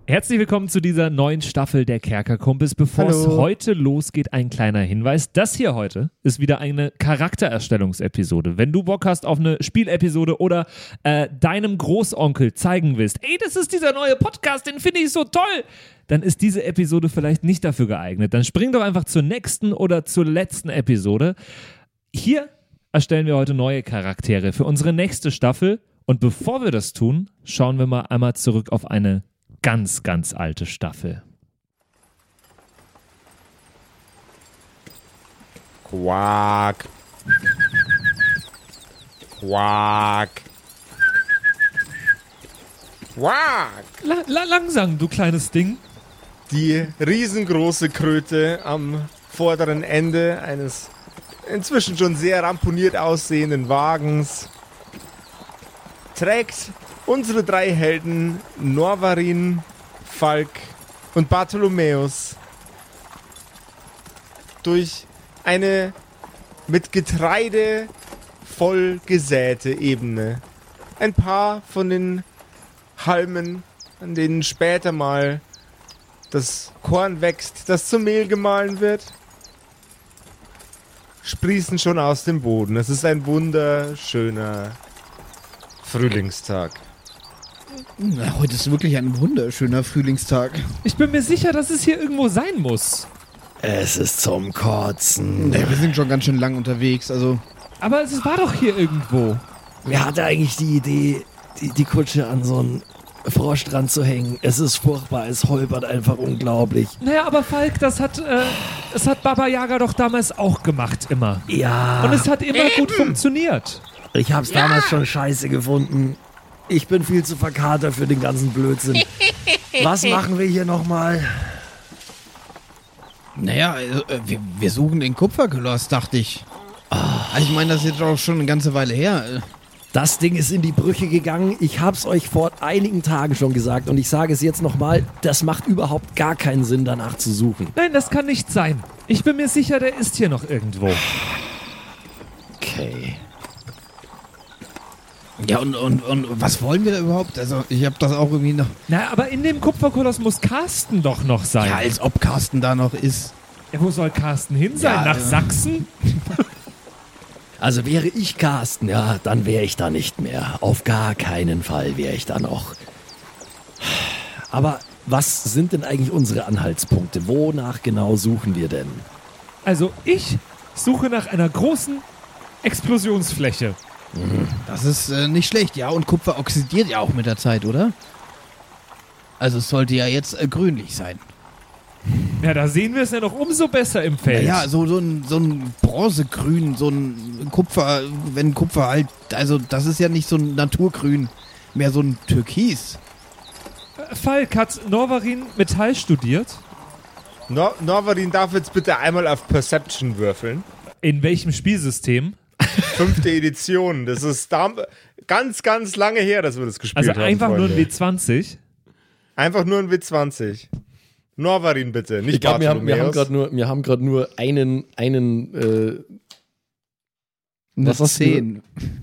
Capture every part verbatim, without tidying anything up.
Herzlich willkommen zu dieser neuen Staffel der Kerkerkumpels. Bevor es heute losgeht, ein kleiner Hinweis. Das hier heute ist wieder eine Charaktererstellungsepisode. Wenn du Bock hast auf eine Spielepisode oder äh, deinem Großonkel zeigen willst, ey, das ist dieser neue Podcast, den finde ich so toll, dann ist diese Episode vielleicht nicht dafür geeignet. Dann spring doch einfach zur nächsten oder zur letzten Episode. Hier erstellen wir heute neue Charaktere für unsere nächste Staffel. Und bevor wir das tun, schauen wir mal einmal zurück auf eine ganz, ganz alte Staffel. Quack. Quack. Quack. La- la- langsam, du kleines Ding. Die riesengroße Kröte am vorderen Ende eines inzwischen schon sehr ramponiert aussehenden Wagens trägt unsere drei Helden Norvarin, Falk und Bartholomäus durch eine mit Getreide voll gesäte Ebene. Ein paar von den Halmen, an denen später mal das Korn wächst, das zu Mehl gemahlen wird, sprießen schon aus dem Boden. Es ist ein wunderschöner Frühlingstag. Na, heute ist wirklich ein wunderschöner Frühlingstag. Ich bin mir sicher, dass es hier irgendwo sein muss. Es ist zum Kotzen. Ne, wir sind schon ganz schön lang unterwegs, also... Aber es war doch hier irgendwo. Wer hatte eigentlich die Idee, die, die Kutsche an so einen Frosch dran zu hängen? Es ist furchtbar, es holpert einfach unglaublich. Naja, aber Falk, das hat, äh, das hat Baba Yaga doch damals auch gemacht, immer. Ja. Und es hat immer gut funktioniert. Ich hab's ja. damals schon scheiße gefunden. Ich bin viel zu verkatert für den ganzen Blödsinn. Was machen wir hier nochmal? Naja, also, wir, wir suchen den Kupferkoloss, dachte ich. Oh. Also ich meine, das ist jetzt auch schon eine ganze Weile her. Das Ding ist in die Brüche gegangen. Ich hab's euch vor einigen Tagen schon gesagt und ich sage es jetzt nochmal, das macht überhaupt gar keinen Sinn, danach zu suchen. Nein, das kann nicht sein. Ich bin mir sicher, der ist hier noch irgendwo. Okay. Ja, und, und, und was wollen wir da überhaupt? Also, ich habe das auch irgendwie noch... Na, aber in dem Kupferkoloss muss Carsten doch noch sein. Ja, als ob Carsten da noch ist. Ja, wo soll Carsten hin sein? Ja, Nach ja. Sachsen? Also wäre ich Carsten, ja, dann wäre ich da nicht mehr. Auf gar keinen Fall wäre ich da noch. Aber was sind denn eigentlich unsere Anhaltspunkte? Wonach genau suchen wir denn? Also ich suche nach einer großen Explosionsfläche. Das ist äh, nicht schlecht, ja. Und Kupfer oxidiert ja auch mit der Zeit, oder? Also es sollte ja jetzt äh, grünlich sein. Ja, da sehen wir es ja noch umso besser im Feld. Ja, so, so ein, so ein Bronzegrün, so ein Kupfer, wenn Kupfer halt, also das ist ja nicht so ein Naturgrün, mehr so ein Türkis. Falk, hat Norvarin Metall studiert? Nor- Norvarin darf jetzt bitte einmal auf Perception würfeln. In welchem Spielsystem? Fünfte Edition. Das ist da ganz, ganz lange her, dass wir das gespielt Also haben. einfach Freunde. nur ein W zwanzig? Einfach nur ein W zwanzig. Norvarin bitte, nicht Ich glaube, wir haben, wir haben Bartholomäus. gerade nur, wir haben grad nur einen, einen, äh, was hast du? zehn.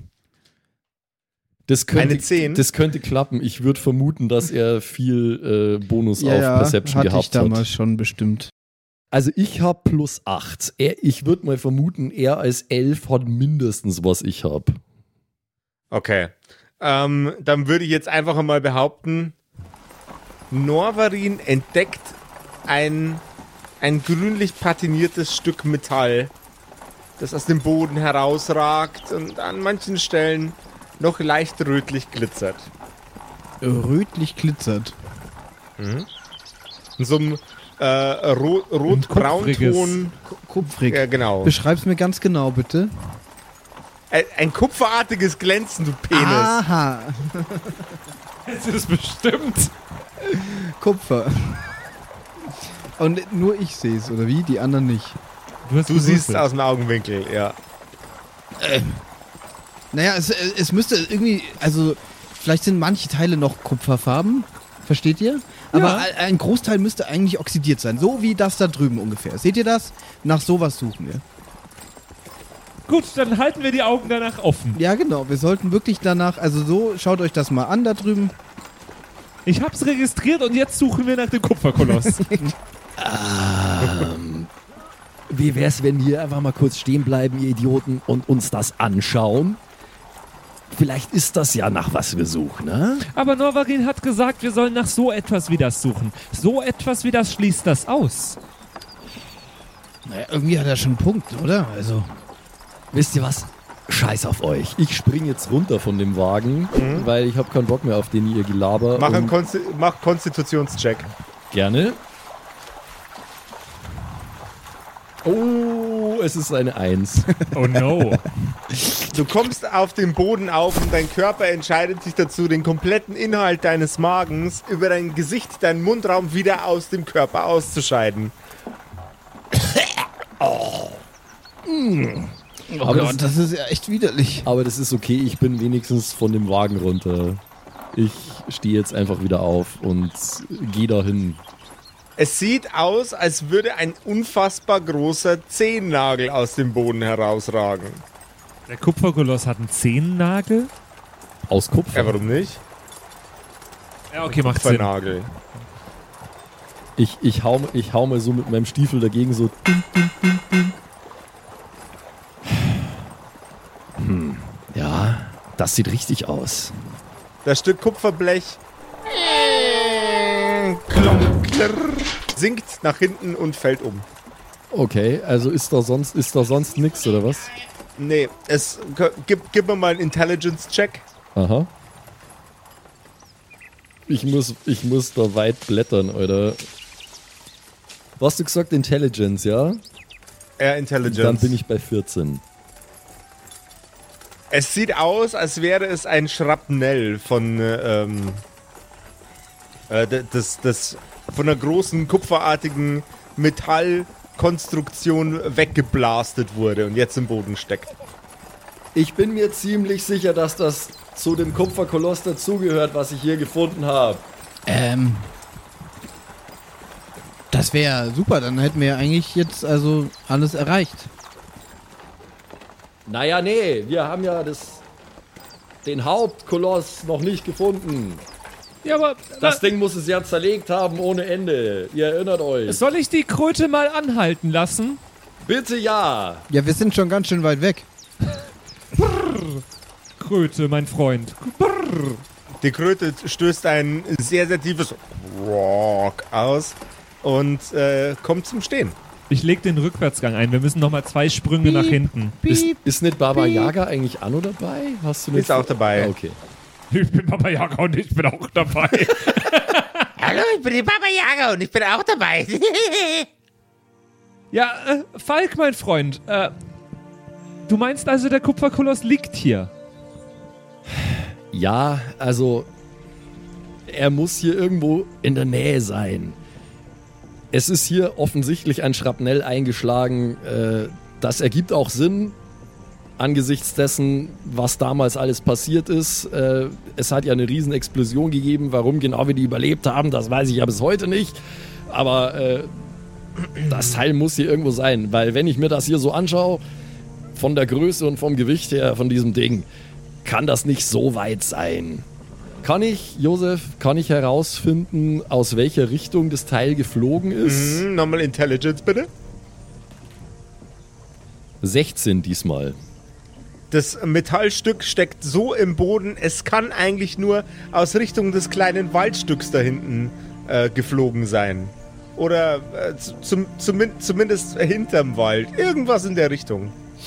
Das könnte, Eine zehn? Das könnte klappen. Ich würde vermuten, dass er viel äh, Bonus Ja, auf ja, Perception hatte gehabt ich damals hat. schon bestimmt. Also ich habe plus acht. Er, ich würde mal vermuten, er als elf hat mindestens, was ich habe. Okay. Ähm, dann würde ich jetzt einfach mal behaupten, Norvarin entdeckt ein, ein grünlich patiniertes Stück Metall, das aus dem Boden herausragt und an manchen Stellen noch leicht rötlich glitzert. Rötlich glitzert. Mhm. In so einem äh, rot, rot-braunton. Kupfrig. Ja, genau. Beschreib's mir ganz genau, bitte. Ein, ein kupferartiges Glänzen, du Penis. Aha. Ist das bestimmt? Kupfer. Und nur ich sehe es, oder wie? Die anderen nicht. Du, hast Du siehst gewürfelt. aus dem Augenwinkel, ja. Ähm. Naja, es, es müsste irgendwie, also vielleicht sind manche Teile noch kupferfarben, versteht ihr? Aber Ja. ein- ein Großteil müsste eigentlich oxidiert sein, so wie das da drüben ungefähr. Seht ihr das? Nach sowas suchen wir. Gut, dann halten wir die Augen danach offen. Ja, genau, wir sollten wirklich danach, also so, schaut euch das mal an da drüben. Ich hab's registriert und jetzt suchen wir nach dem Kupferkoloss. ähm, wie wär's, wenn wir einfach mal kurz stehen bleiben, ihr Idioten, und uns das anschauen? Vielleicht ist das ja nach was wir suchen, ne? Aber Norvarin hat gesagt, wir sollen nach so etwas wie das suchen. So etwas wie das schließt das aus. Naja, irgendwie hat er schon einen Punkt, oder? Also. Wisst ihr was? Scheiß auf euch. Ich spring jetzt runter von dem Wagen, mhm. weil ich habe keinen Bock mehr auf den ihr Gelaber. Mach einen Konsti- mach Konstitutionscheck. Gerne. Oh, es ist eine Eins. Oh no. Du kommst auf den Boden auf und dein Körper entscheidet sich dazu, den kompletten Inhalt deines Magens über dein Gesicht, deinen Mundraum wieder aus dem Körper auszuscheiden. Oh. Mm. Oh aber Gott, das, das ist ja echt widerlich. Aber das ist okay, ich bin wenigstens von dem Wagen runter. Ich stehe jetzt einfach wieder auf und gehe dahin. Es sieht aus, als würde ein unfassbar großer Zehennagel aus dem Boden herausragen. Der Kupferkoloss hat einen Zehennagel? Aus Kupfer? Ja, warum nicht? Ja, okay, macht Sinn. Nagel. Ich, ich, hau, ich hau mal so mit meinem Stiefel dagegen so. Ding, ding, ding, ding. Hm, ja, das sieht richtig aus. Das Stück Kupferblech klonk, klirr, sinkt nach hinten und fällt um. Okay, also ist da sonst, ist da sonst nichts, oder was? Nee, es gib, gib mir mal einen Intelligence-Check. Aha. Ich muss, ich muss da weit blättern, oder? Was hast du gesagt? Intelligence, ja? Ja, Intelligence. Dann bin ich bei vierzehn. Es sieht aus, als wäre es ein Schrapnell von, ähm, äh, das, das von einer großen kupferartigen Metallkonstruktion weggeblastet wurde und jetzt im Boden steckt. Ich bin mir ziemlich sicher, dass das zu dem Kupferkoloss dazugehört, was ich hier gefunden habe. Ähm, das wäre super, dann hätten wir ja eigentlich jetzt also alles erreicht. Naja, nee, wir haben ja das, den Hauptkoloss noch nicht gefunden. Ja, aber... Das Ding muss es ja zerlegt haben ohne Ende. Ihr erinnert euch. Soll ich die Kröte mal anhalten lassen? Bitte ja. Ja, wir sind schon ganz schön weit weg. Brrr. Kröte, mein Freund. Brrr. Die Kröte stößt ein sehr, sehr tiefes Rock aus und äh, kommt zum Stehen. Ich leg den Rückwärtsgang ein. Wir müssen noch mal zwei Sprünge piep, nach hinten. Piep, ist, ist nicht Baba Yaga eigentlich Anno dabei? Hast du nicht? Ist auch dabei. Ah, okay. Ich bin Baba Yaga und ich bin auch dabei. Hallo, ich bin die Baba Yaga und ich bin auch dabei. Ja, äh, Falk, mein Freund. Äh, du meinst also, der Kupferkoloss liegt hier? Ja, also er muss hier irgendwo in der Nähe sein. Es ist hier offensichtlich ein Schrapnell eingeschlagen. Äh, das ergibt auch Sinn angesichts dessen, was damals alles passiert ist. Äh, es hat ja eine riesen Explosion gegeben. Warum genau wir die überlebt haben, das weiß ich ja bis heute nicht. Aber äh, das Teil muss hier irgendwo sein, weil wenn ich mir das hier so anschaue, von der Größe und vom Gewicht her von diesem Ding, kann das nicht so weit sein. Kann ich, Josef, kann ich herausfinden, aus welcher Richtung das Teil geflogen ist? Mhm, nochmal Intelligence, bitte. sechzehn diesmal. Das Metallstück steckt so im Boden, es kann eigentlich nur aus Richtung des kleinen Waldstücks da hinten äh, geflogen sein. Oder äh, zum, zum, zumindest hinterm Wald. Irgendwas in der Richtung.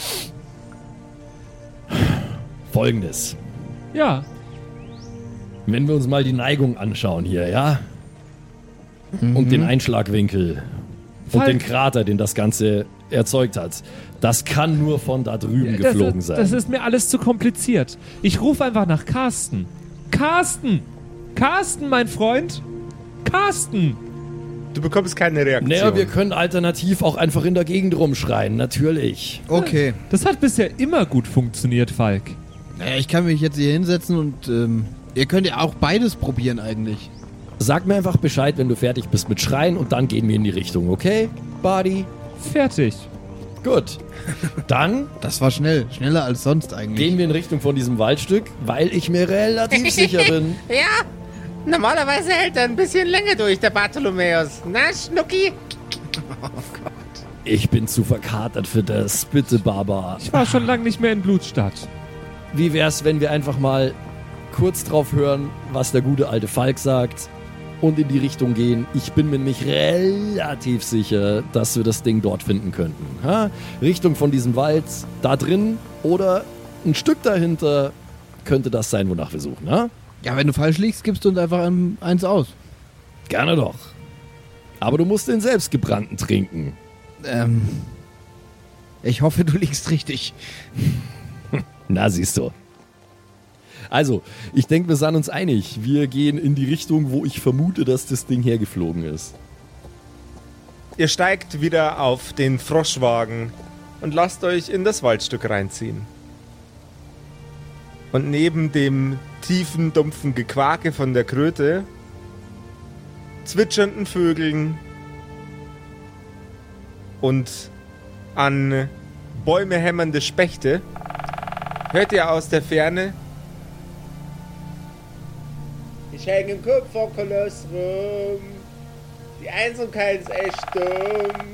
Folgendes. Ja. Wenn wir uns mal die Neigung anschauen hier, ja? Mhm. Und den Einschlagwinkel. Falk. Und den Krater, den das Ganze erzeugt hat. Das kann nur von da drüben das geflogen ist, sein. Das ist mir alles zu kompliziert. Ich rufe einfach nach Carsten. Carsten! Carsten, mein Freund! Carsten! Du bekommst keine Reaktion. Naja, wir können alternativ auch einfach in der Gegend rumschreien, natürlich. Okay. Das hat bisher immer gut funktioniert, Falk. Naja, ich kann mich jetzt hier hinsetzen und ähm, ihr könnt ja auch beides probieren eigentlich. Sag mir einfach Bescheid, wenn du fertig bist mit Schreien und dann gehen wir in die Richtung, okay, Buddy? Fertig. Gut. Dann Das war schnell. Schneller als sonst eigentlich. gehen wir in Richtung von diesem Waldstück, weil ich mir relativ sicher bin, Ja, Normalerweise hält er ein bisschen länger durch, der Bartholomäus. Na, Schnucki? Oh Gott. Ich bin zu verkatert für das. Bitte, Baba. Ich war schon lange nicht mehr in Blutstadt. Wie wär's, wenn wir einfach mal kurz drauf hören, was der gute alte Falk sagt und in die Richtung gehen? Ich bin mir nämlich relativ sicher, dass wir das Ding dort finden könnten. Ha? Richtung von diesem Wald, da drin oder ein Stück dahinter könnte das sein, wonach wir suchen. Ha? Ja, wenn du falsch liegst, gibst du uns einfach ein, eins aus. Gerne doch. Aber du musst den selbstgebrannten trinken. Ähm, ich hoffe, du liegst richtig. Na, siehst du. Also, ich denke, wir sind uns einig. Wir gehen in die Richtung, wo ich vermute, dass das Ding hergeflogen ist. Ihr steigt wieder auf den Froschwagen und lasst euch in das Waldstück reinziehen. Und neben dem tiefen, dumpfen Gequake von der Kröte, zwitschernden Vögeln und an Bäume hämmernde Spechte hört ihr aus der Ferne: Ich hänge im Kupferkoloss rum, die Einsamkeit ist echt dumm.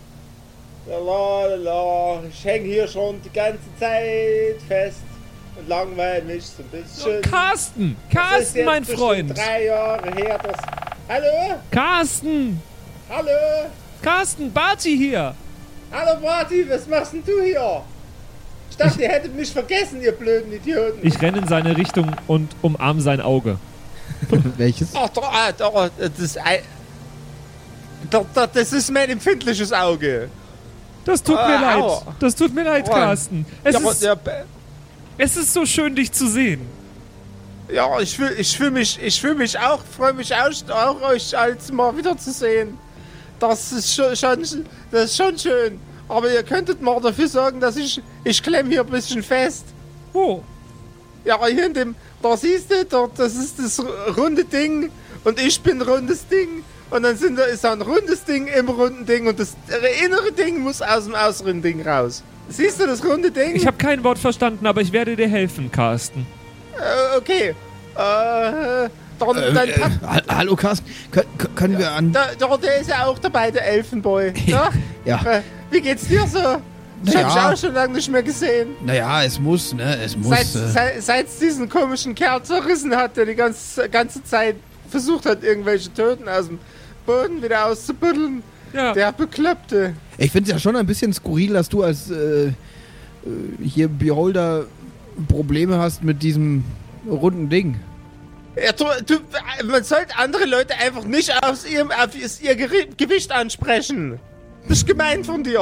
Lalalala. Ich hänge hier schon die ganze Zeit fest und langweile mich so ein bisschen. Oh, Carsten! Das ist Carsten, jetzt mein bestimmt Freund! drei Jahre her, das... Hallo? Carsten! Hallo? Carsten, Barty hier! Hallo Marty, was machst denn du hier? Ich dachte, ihr hättet mich vergessen, ihr blöden Idioten. Ich renne in seine Richtung und umarme sein Auge. Welches? Ach, doch, ah, doch, das, Ei- doch, doch, das ist mein empfindliches Auge. Das tut Ah, mir leid. au. Das tut mir leid, Oh. Carsten. Es, Ja, ist, ja, es ist so schön, dich zu sehen. ja, ich fühle ich fühl mich, ich fühl mich auch, freue mich auch, auch, euch als mal wiederzusehen. Das ist schon, schon, das ist schon schön. Aber ihr könntet mal dafür sorgen, dass ich, ich klemm hier ein bisschen fest. Wo? Ja, hier in dem, da siehst du, dort, das ist das runde Ding und ich bin rundes Ding und dann sind da, ist da ein rundes Ding im runden Ding und das innere Ding muss aus dem äußeren Ding raus. Siehst du das runde Ding? Ich habe kein Wort verstanden, aber ich werde dir helfen, Carsten. Äh, okay. Äh, dann, Äh, dann äh, pack, ha- hallo Carsten, Kön können wir an... da, da, der ist ja auch dabei, der Elfenboy. Ja? Ja. Äh, wie geht's dir so? Ich Ja. hab dich auch schon lange nicht mehr gesehen. Naja, es muss, ne? Es muss. Seit, äh, seit, seit es diesen komischen Kerl zerrissen hat, der die ganze, ganze Zeit versucht hat, irgendwelche Töten aus dem Boden wieder auszubuddeln. Ja. Der Bekloppte. Ich finde es ja schon ein bisschen skurril, dass du als äh, äh, hier Beholder Probleme hast mit diesem runden Ding. Ja, du, du, man sollte andere Leute einfach nicht aufs ihrem, auf ihr Geri Gewicht ansprechen. Das ist gemein von dir.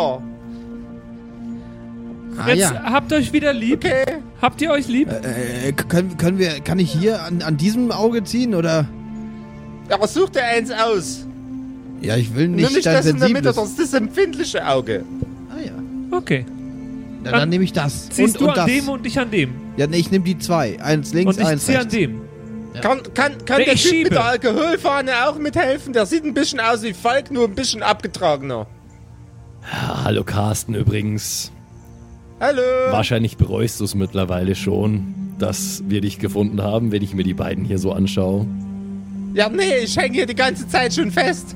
Ah Jetzt ja. habt euch wieder lieb. Okay. Habt ihr euch lieb? Äh, können, können wir, kann ich hier an, an diesem Auge ziehen oder? Aber such dir eins aus. Ja, ich will Nur nicht, nicht dein das in der Mitte, sensibles. das ist das empfindliche Auge. Ah ja. Okay. Na, Dann dann nehme ich das. Ziehst und, du und an das. dem und ich an dem. Ja, nee, ich nehme die zwei. Eins links, Und ich eins ziehe an rechts. dem. Ja. Kann, kann, kann Nee, der ich Typ schiebe. mit der Alkoholfahne auch mithelfen? Der sieht ein bisschen aus wie Falk, nur ein bisschen abgetragener. Ja, hallo Carsten übrigens. Hallo. Wahrscheinlich bereust du es mittlerweile schon, dass wir dich gefunden haben, wenn ich mir die beiden hier so anschaue. Ja, nee, ich hänge hier die ganze Zeit schon fest.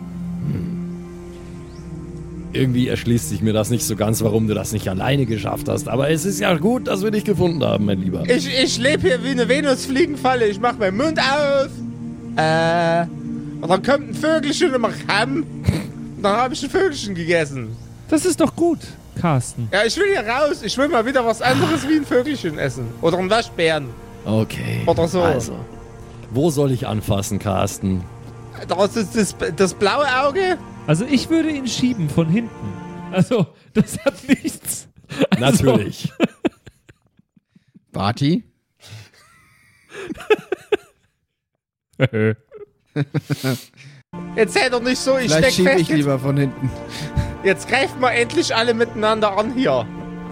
Irgendwie erschließt sich mir das nicht so ganz, warum du das nicht alleine geschafft hast. Aber es ist ja gut, dass wir dich gefunden haben, mein Lieber. Ich, ich lebe hier wie eine Venusfliegenfalle. Ich mach meinen Mund auf. Äh. Und dann kommt ein Vögelchen und macht Hamm. Und dann habe ich ein Vögelchen gegessen. Das ist doch gut, Carsten. Ja, ich will hier raus. Ich will mal wieder was anderes wie ein Vögelchen essen. Oder ein Waschbären. Okay. Oder so. Also, wo soll ich anfassen, Carsten? Das ist das, das blaue Auge. Also ich würde ihn schieben von hinten. Also, das hat nichts. Also, Natürlich. Barty? Jetzt sei doch nicht so, ich steck Vielleicht schiebe fest. ich lieber von hinten. Jetzt greift mal endlich alle miteinander an hier.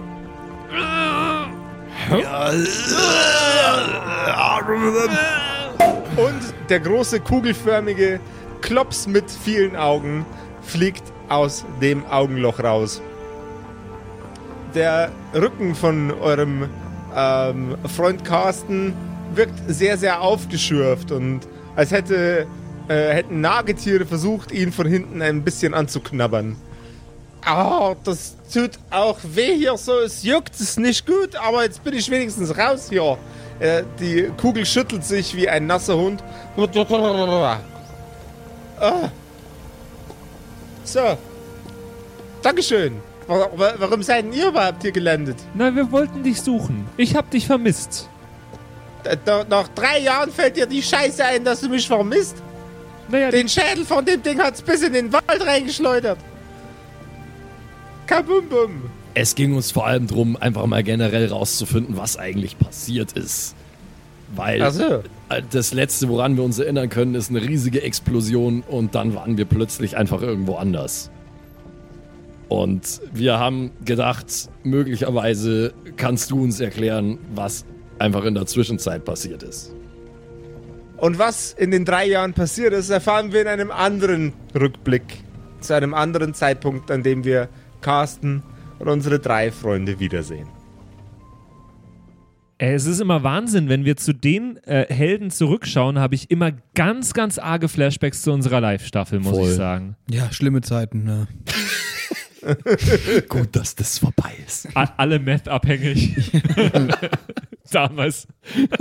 Und der große kugelförmige Klops mit vielen Augen fliegt aus dem Augenloch raus. Der Rücken von eurem ähm, Freund Carsten wirkt sehr, sehr aufgeschürft und als hätte, äh, hätten Nagetiere versucht, ihn von hinten ein bisschen anzuknabbern. Ah, das tut auch weh hier so, es juckt, es ist nicht gut, aber jetzt bin ich wenigstens raus hier. Äh, die Kugel schüttelt sich wie ein nasser Hund. Ah. So. Dankeschön. Warum seid denn ihr überhaupt hier gelandet? Na, wir wollten dich suchen. Ich hab dich vermisst. Da, nach drei Jahren fällt dir die Scheiße ein, dass du mich vermisst? Naja, den Schädel von dem Ding hat's bis in den Wald reingeschleudert. Kabumbum. Es ging uns vor allem darum, einfach mal generell rauszufinden, was eigentlich passiert ist. Weil Ach so. das Letzte, woran wir uns erinnern können, ist eine riesige Explosion und dann waren wir plötzlich einfach irgendwo anders. Und wir haben gedacht, möglicherweise kannst du uns erklären, was einfach in der Zwischenzeit passiert ist. Und was in den drei Jahren passiert ist, erfahren wir in einem anderen Rückblick. Zu einem anderen Zeitpunkt, an dem wir Carsten und unsere drei Freunde wiedersehen. Es ist immer Wahnsinn, wenn wir zu den äh, Helden zurückschauen, habe ich immer ganz, ganz arge Flashbacks zu unserer Live-Staffel, muss Voll. ich sagen. Ja, schlimme Zeiten, ne? Gut, dass das vorbei ist. A- alle Meth-abhängig. Damals.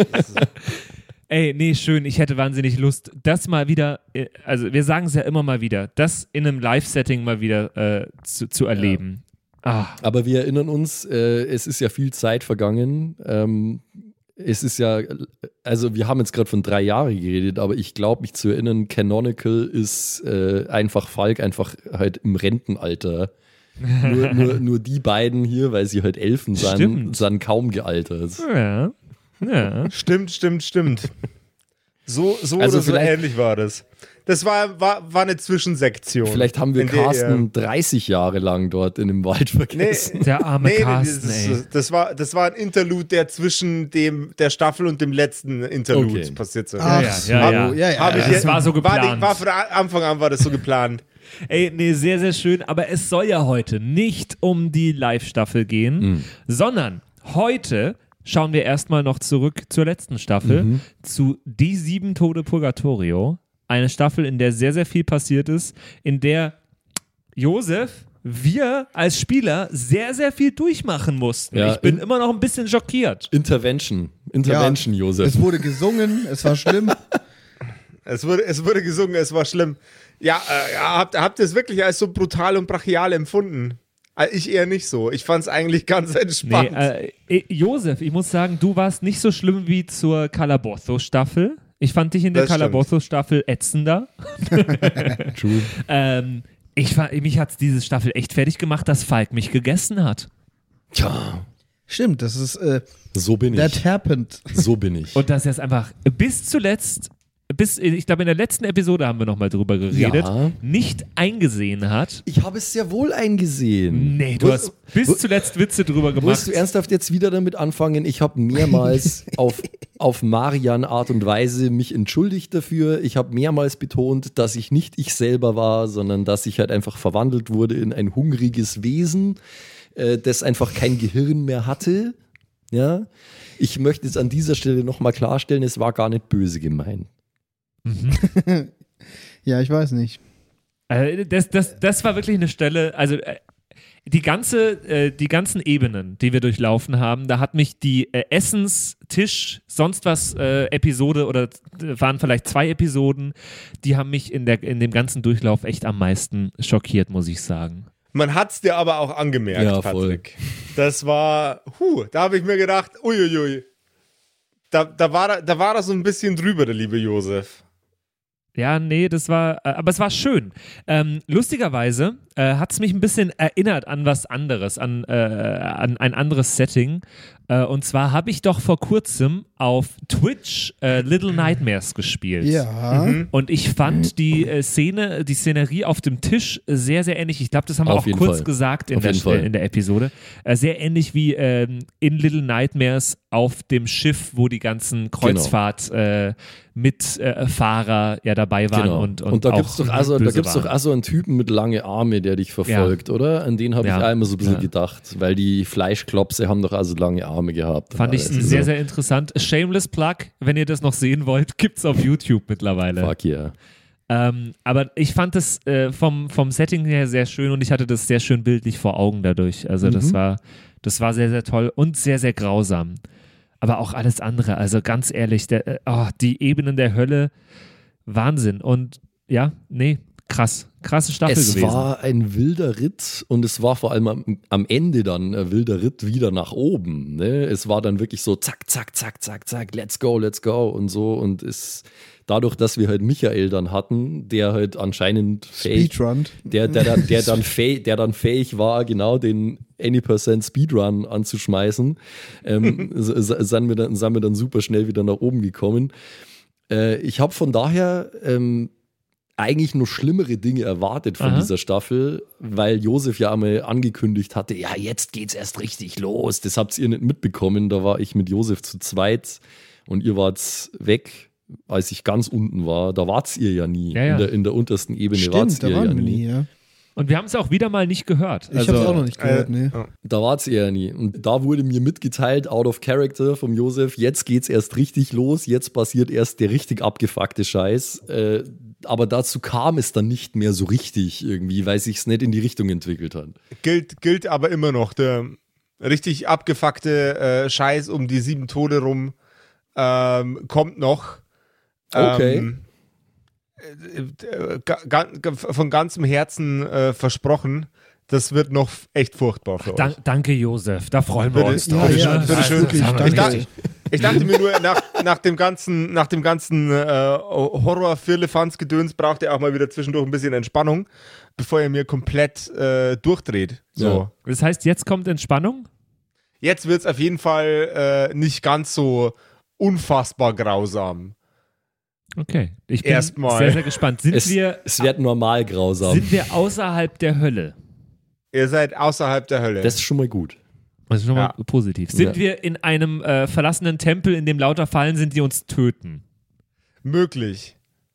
Ey, nee, schön. Ich hätte wahnsinnig Lust, das mal wieder, äh, also wir sagen es ja immer mal wieder, das in einem Live-Setting mal wieder äh, zu, zu erleben. Ah. Aber wir erinnern uns, äh, es ist ja viel Zeit vergangen. Ähm, es ist ja, also wir haben jetzt gerade von drei Jahren geredet, aber ich glaube, mich zu erinnern, Canonical ist äh, einfach Falk, einfach halt im Rentenalter. nur, nur, nur die beiden hier, weil sie halt Elfen sind, Stimmt. sind kaum gealtert. Ja. Ja. Stimmt, stimmt, stimmt. So, so Also oder so vielleicht- ähnlich war das. Das war, war, war eine Zwischensektion. Vielleicht haben wir in der Carsten dreißig Jahre lang dort in dem Wald vergessen. Der arme Nee, Carsten, das, ey. das, das, war, das war ein Interlude, der zwischen dem, der Staffel und dem letzten Interlude Okay. passiert ist. Ach ja, so, ja, ja, ja. ja. Hab ich das jetzt- war so War, geplant. die, war von Anfang an war das so geplant. Ey, nee, sehr, sehr schön. Aber es soll ja heute nicht um die Live-Staffel gehen, Mhm. sondern heute schauen wir erstmal noch zurück zur letzten Staffel, Mhm. zu Die Sieben Tode Purgatorio. Eine Staffel, in der sehr, sehr viel passiert ist, in der Josef, wir als Spieler sehr, sehr viel durchmachen mussten. Ja, ich bin in- immer noch ein bisschen schockiert. Intervention. Intervention, Ja, Josef. Es wurde gesungen, es war schlimm. Es wurde, es wurde gesungen, es war schlimm. Ja, äh, ja, habt, habt ihr es wirklich als so brutal und brachial empfunden? Äh, Ich eher nicht so. Ich fand es eigentlich ganz Nee, entspannt. äh, eh, Josef, ich muss sagen, du warst nicht so schlimm wie zur Calabozo-Staffel. Ich fand dich in der Das stimmt. Calabozo-Staffel ätzender. True. ähm, ich war, mich hat diese Staffel echt fertig gemacht, dass Falk mich gegessen hat. Tja, Stimmt, das ist, äh, so bin ich. that happened. So bin ich. Und dass er es einfach bis zuletzt, bis, ich glaube in der letzten Episode haben wir nochmal drüber geredet, Ja. nicht eingesehen hat. Ich habe es sehr wohl eingesehen. Nee, du Wo- hast bis wo- zuletzt Witze drüber gemacht. Willst du ernsthaft jetzt wieder damit anfangen? Ich habe mehrmals auf, auf Marian Art und Weise mich entschuldigt dafür. Ich habe mehrmals betont, dass ich nicht ich selber war, sondern dass ich halt einfach verwandelt wurde in ein hungriges Wesen, äh, das einfach kein Gehirn mehr hatte. Ja? Ich möchte jetzt an dieser Stelle nochmal klarstellen, es war gar nicht böse gemeint. Ja, ich weiß nicht. Äh, das, das, das war wirklich eine Stelle, also äh, die, ganze, äh, die ganzen Ebenen, die wir durchlaufen haben, da hat mich die äh, Essens-, Tisch-, sonst was äh, Episode oder äh, waren vielleicht zwei Episoden, die haben mich in, der, in dem ganzen Durchlauf echt am meisten schockiert, muss ich sagen. Man hat es dir aber auch angemerkt, Ja, voll. Patrick. Das war, huh, da habe ich mir gedacht, uiuiui. Da, da, war, er- da war er so ein bisschen drüber, der liebe Josef. Ja, nee, das war, äh, aber es war schön. Ähm, lustigerweise äh, hat es mich ein bisschen erinnert an was anderes, an, äh, an ein anderes Setting. Äh, und zwar habe ich doch vor kurzem auf Twitch äh, Little Nightmares gespielt. Ja. Und ich fand die äh, Szene, die Szenerie auf dem Tisch sehr, sehr ähnlich. Ich glaube, das haben wir Auf auch jeden kurz Fall. gesagt in Auf der, jeden Fall. in der Episode. Äh, sehr ähnlich wie ähm, in Little Nightmares auf dem Schiff, wo die ganzen Kreuzfahrt äh, Mitfahrer ja dabei waren Genau. und, Und, und, da auch gibt es doch, also, da böse gibt's doch waren. also einen Typen mit lange Arme, der dich verfolgt, oder? An den habe Ja. ich einmal so ein bisschen Ja. gedacht, weil die Fleischklopse haben doch also lange Arme. Arme gehabt. Fand ich also, sehr, sehr interessant. Shameless Plug, wenn ihr das noch sehen wollt, gibt's auf YouTube mittlerweile. Fuck yeah. Ähm, aber ich fand das äh, vom, vom Setting her sehr schön und ich hatte das sehr schön bildlich vor Augen dadurch. Also das Mhm. war, das war sehr, sehr toll und sehr, sehr grausam. Aber auch alles andere. Also ganz ehrlich, der, äh, oh, die Ebenen der Hölle, Wahnsinn. Und ja, nee, krass. Krasse Staffel Es gewesen. war ein wilder Ritt und es war vor allem am, am Ende dann ein wilder Ritt wieder nach oben. Ne? Es war dann wirklich so zack, zack, zack, zack, zack, let's go, let's go und so. Und es dadurch, dass wir halt Michael dann hatten, der halt anscheinend fähig, Speedrun. der, der, dann, der, dann fähig, der dann fähig war, genau den any percent Speedrun anzuschmeißen, ähm, s- s- sind, wir dann, sind wir dann super schnell wieder nach oben gekommen. Äh, ich habe von daher ähm, eigentlich noch schlimmere Dinge erwartet von Aha. dieser Staffel, weil Josef ja einmal angekündigt hatte, ja, jetzt geht's erst richtig los. Das habt ihr nicht mitbekommen. Da war ich mit Josef zu zweit und ihr wart weg, als ich ganz unten war. Da wart's ihr ja nie. Ja, ja. In, der, in der untersten Ebene wart's Stimmt, da ihr waren ja wir nie. nie, ja. Und wir haben es auch wieder mal nicht gehört. Ich Also, hab's auch noch nicht gehört, Äh, nee. ja. Da war's eher nie. Und da wurde mir mitgeteilt, out of character vom Josef, jetzt geht's erst richtig los, jetzt passiert erst der richtig abgefuckte Scheiß. Äh, aber dazu kam es dann nicht mehr so richtig irgendwie, weil sich's nicht in die Richtung entwickelt hat. Gilt, gilt aber immer noch. Der richtig abgefuckte äh, Scheiß um die sieben Tode rum ähm, kommt noch. Okay. Ähm, äh, ga, ga, von ganzem Herzen äh, versprochen. Das wird noch echt furchtbar für euch. Dan danke, Josef. Da freuen wir Bitte, uns ja, drauf. ja, Ne? bitte Also, schön. das haben wir Ich danke. dachte, ich dachte mir nur, nach, nach dem ganzen, nach dem ganzen äh, Horror-Firlefanz-Gedöns braucht ihr auch mal wieder zwischendurch ein bisschen Entspannung, bevor ihr mir komplett äh, durchdreht. So. Ja. Das heißt, jetzt kommt Entspannung? Jetzt wird es auf jeden Fall äh, nicht ganz so unfassbar grausam. Okay. Ich bin Erstmal. sehr, sehr gespannt. Sind Es, wir, es wird normal grausam. sind wir außerhalb der Hölle? Ihr seid außerhalb der Hölle. Das ist schon mal gut. Das ist schon mal Ja. positiv. Sind Ja. wir in einem äh, verlassenen Tempel, in dem lauter Fallen sind, die uns töten? möglich.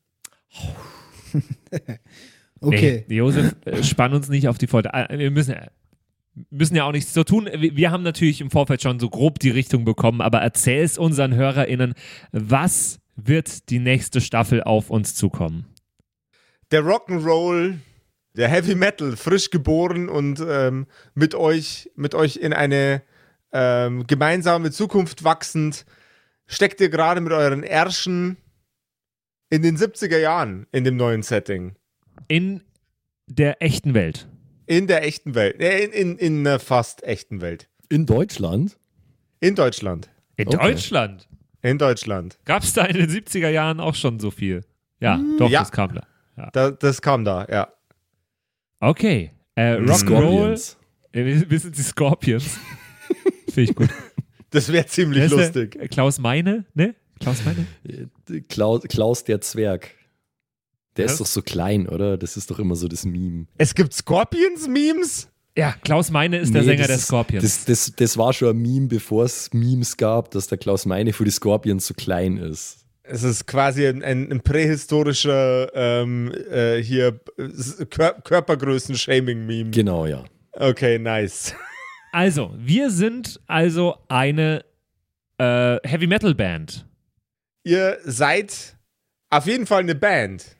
Okay. Nee, Josef, äh, spann uns nicht auf die Folter. Äh, Wir müssen, äh, müssen ja auch nichts so tun. Wir, wir haben natürlich im Vorfeld schon so grob die Richtung bekommen, aber erzähl es unseren HörerInnen, was wird die nächste Staffel auf uns zukommen? Der Rock'n'Roll, der Heavy Metal, frisch geboren und ähm, mit euch, mit euch in eine ähm, gemeinsame Zukunft wachsend, steckt ihr gerade mit euren Ärschen in den siebziger Jahren in dem neuen Setting. In der echten Welt. In der echten Welt. Äh, in, in, in einer fast echten Welt. In Deutschland? In Deutschland. In Okay. Deutschland? In Deutschland. Gab es da in den siebziger Jahren auch schon so viel? Ja, doch, Ja. das kam da. Ja. Da, das kam da, ja. Okay. Äh, Die Rock'n'Roll. Scorpions. Äh, wir wir sind die Scorpions. Finde ich gut. Das wäre ziemlich Wer ist der? lustig. Äh, Klaus Meine, ne? Klaus Meine? Äh, Klaus, Klaus der Zwerg. Der Was? ist doch so klein, oder? Das ist doch immer so das Meme. Es gibt Scorpions-Memes? Ja, Klaus Meine ist der Nee, Sänger das der ist- Scorpions. Das, das, das war schon ein Meme, bevor es Memes gab, dass der Klaus Meine für die Scorpions so klein ist. Es ist quasi ein, ein, ein prähistorischer ähm, äh, hier äh, Kör Körpergrößen-Shaming-Meme. Genau, ja. Okay, nice. Also, wir sind also eine äh, Heavy Metal Band. Ihr seid auf jeden Fall eine Band.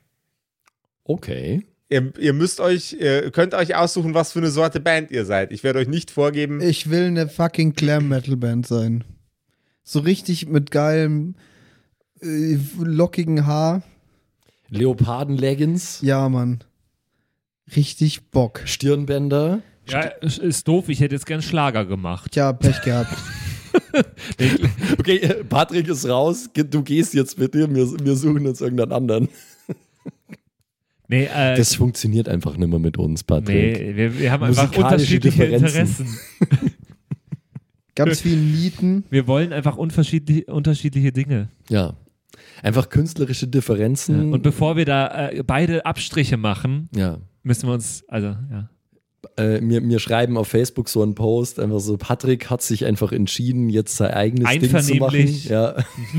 Okay. Ihr, ihr müsst euch, ihr könnt euch aussuchen, was für eine Sorte Band ihr seid. Ich werde euch nicht vorgeben. Ich will eine fucking Glam-Metal-Band sein. So richtig mit geilem, äh, lockigen Haar. Leoparden-Leggings, Ja, Mann. Richtig Bock. Stirnbänder. Ja, ist- ist doof. Ich hätte jetzt gern Schlager gemacht. Tja, Pech gehabt. Okay, äh, Patrick ist raus. Ge- Du gehst jetzt bitte. Wir, wir suchen uns irgendeinen anderen. Nee, äh, Das funktioniert einfach nicht mehr mit uns, Patrick. nee wir, wir haben einfach Musikalische unterschiedliche Differenzen. Interessen. Ganz viel Nieten. Wir wollen einfach unterschiedliche, unterschiedliche Dinge. Ja. Einfach künstlerische Differenzen. Und bevor wir da äh, beide Abstriche machen, ja. müssen wir uns, also, ja. Äh, mir, mir schreiben auf Facebook so einen Post, einfach so, Patrick hat sich einfach entschieden, jetzt sein eigenes Ding zu machen. Einvernehmlich. Ja.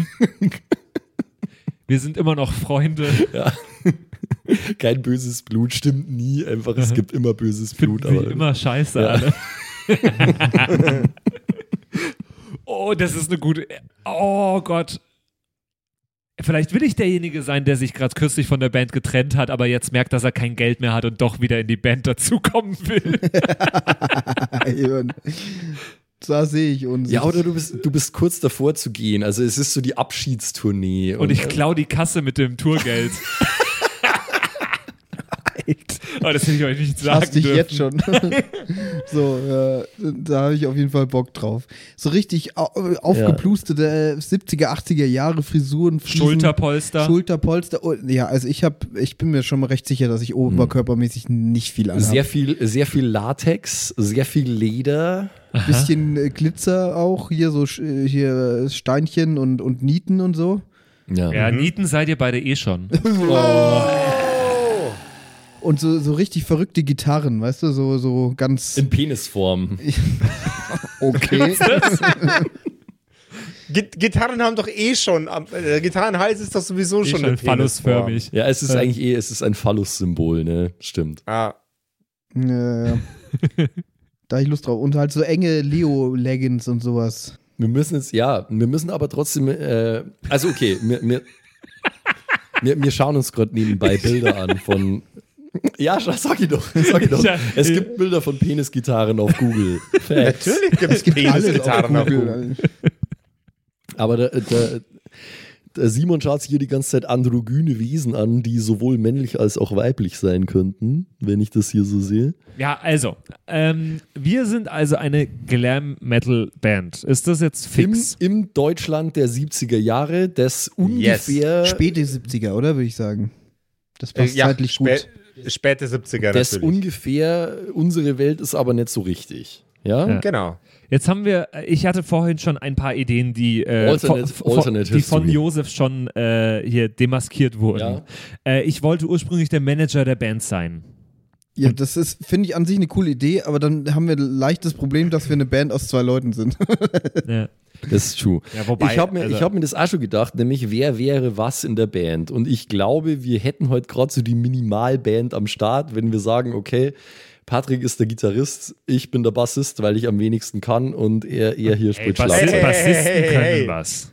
Wir sind immer noch Freunde. Kein böses Blut, stimmt nie. Einfach, es gibt immer böses Blut. Finden Aber wir immer scheiße Ja. alle. Oh, das ist eine gute. Oh Gott. Vielleicht will ich derjenige sein, der sich gerade kürzlich von der Band getrennt hat, aber jetzt merkt, dass er kein Geld mehr hat und doch wieder in die Band dazukommen will. Da sehe ich uns. Ja, oder du bist, du bist kurz davor zu gehen. Also es ist so die Abschiedstournee. Und, und ich klau die Kasse mit dem Tourgeld. Oh, das hätte ich euch nicht sagen Hass dich dürfen. jetzt schon. So, ja, da habe ich auf jeden Fall Bock drauf. So richtig au- aufgeplustete ja. siebziger, achtziger Jahre Frisuren, Friesen, Schulterpolster. Schulterpolster. Oh, ja, also ich habe, ich bin mir schon mal recht sicher, dass ich oberkörpermäßig nicht viel anhabe. Sehr viel, sehr viel Latex, sehr viel Leder. Ein bisschen äh, Glitzer auch, hier so äh, hier Steinchen und, und Nieten und so. Ja, Ja, Mhm. Nieten seid ihr beide eh schon. Und so, so richtig verrückte Gitarren, weißt du, so, so ganz. in Penisform. Okay. Git- Gitarren haben doch eh schon, am- äh, der Gitarrenhals ist doch sowieso Eh schon schon eine phallusförmig. Ja, es ist Ja. eigentlich eh, es ist ein Phallus-Symbol, ne? Stimmt. Ah, Ja, ja. Da hab ich Lust drauf. Und halt so enge Leo-Leggings und sowas. Wir müssen jetzt, ja, wir müssen aber trotzdem, äh, also okay, wir, wir, wir, wir schauen uns gerade nebenbei Bilder an von, ja, sag ich doch, sag ich doch. Ja. Es gibt Bilder von Penisgitarren auf Google. Facts. natürlich gibt es Penisgitarren auf Google. Aber der, der, der Simon schaut sich hier die ganze Zeit androgyne Wesen an, die sowohl männlich als auch weiblich sein könnten, wenn ich das hier so sehe. Ja, also, ähm, wir sind also eine Glam-Metal-Band. Ist das jetzt Im, fix? Im Deutschland der siebziger Jahre, das ungefähr, Späte siebziger, oder? Würde ich sagen. Das passt Ja, zeitlich spä- gut. Späte siebziger das natürlich. ungefähr, unsere Welt ist aber nicht so richtig. Ja? Ja. Genau. Jetzt haben wir, ich hatte vorhin schon ein paar Ideen, die, äh, Alternate- von, von, Alternate die von History. Josef schon äh, hier demaskiert wurden. Ja. Äh, ich wollte ursprünglich der Manager der Band sein. Ja, das ist, finde ich, an sich eine coole Idee, aber dann haben wir leicht das Problem, dass wir eine Band aus zwei Leuten sind. Ja. Das ist true. Ja, wobei, ich habe mir, also- ich hab mir das auch schon gedacht, nämlich wer wäre was in der Band. Und ich glaube, wir hätten heute gerade so die Minimalband am Start, wenn wir sagen, okay, Patrick ist der Gitarrist, ich bin der Bassist, weil ich am wenigsten kann und er, er hier Ey, spielt Bassi Schlagzeug. Hey, Bassisten hey, hey, können hey. was.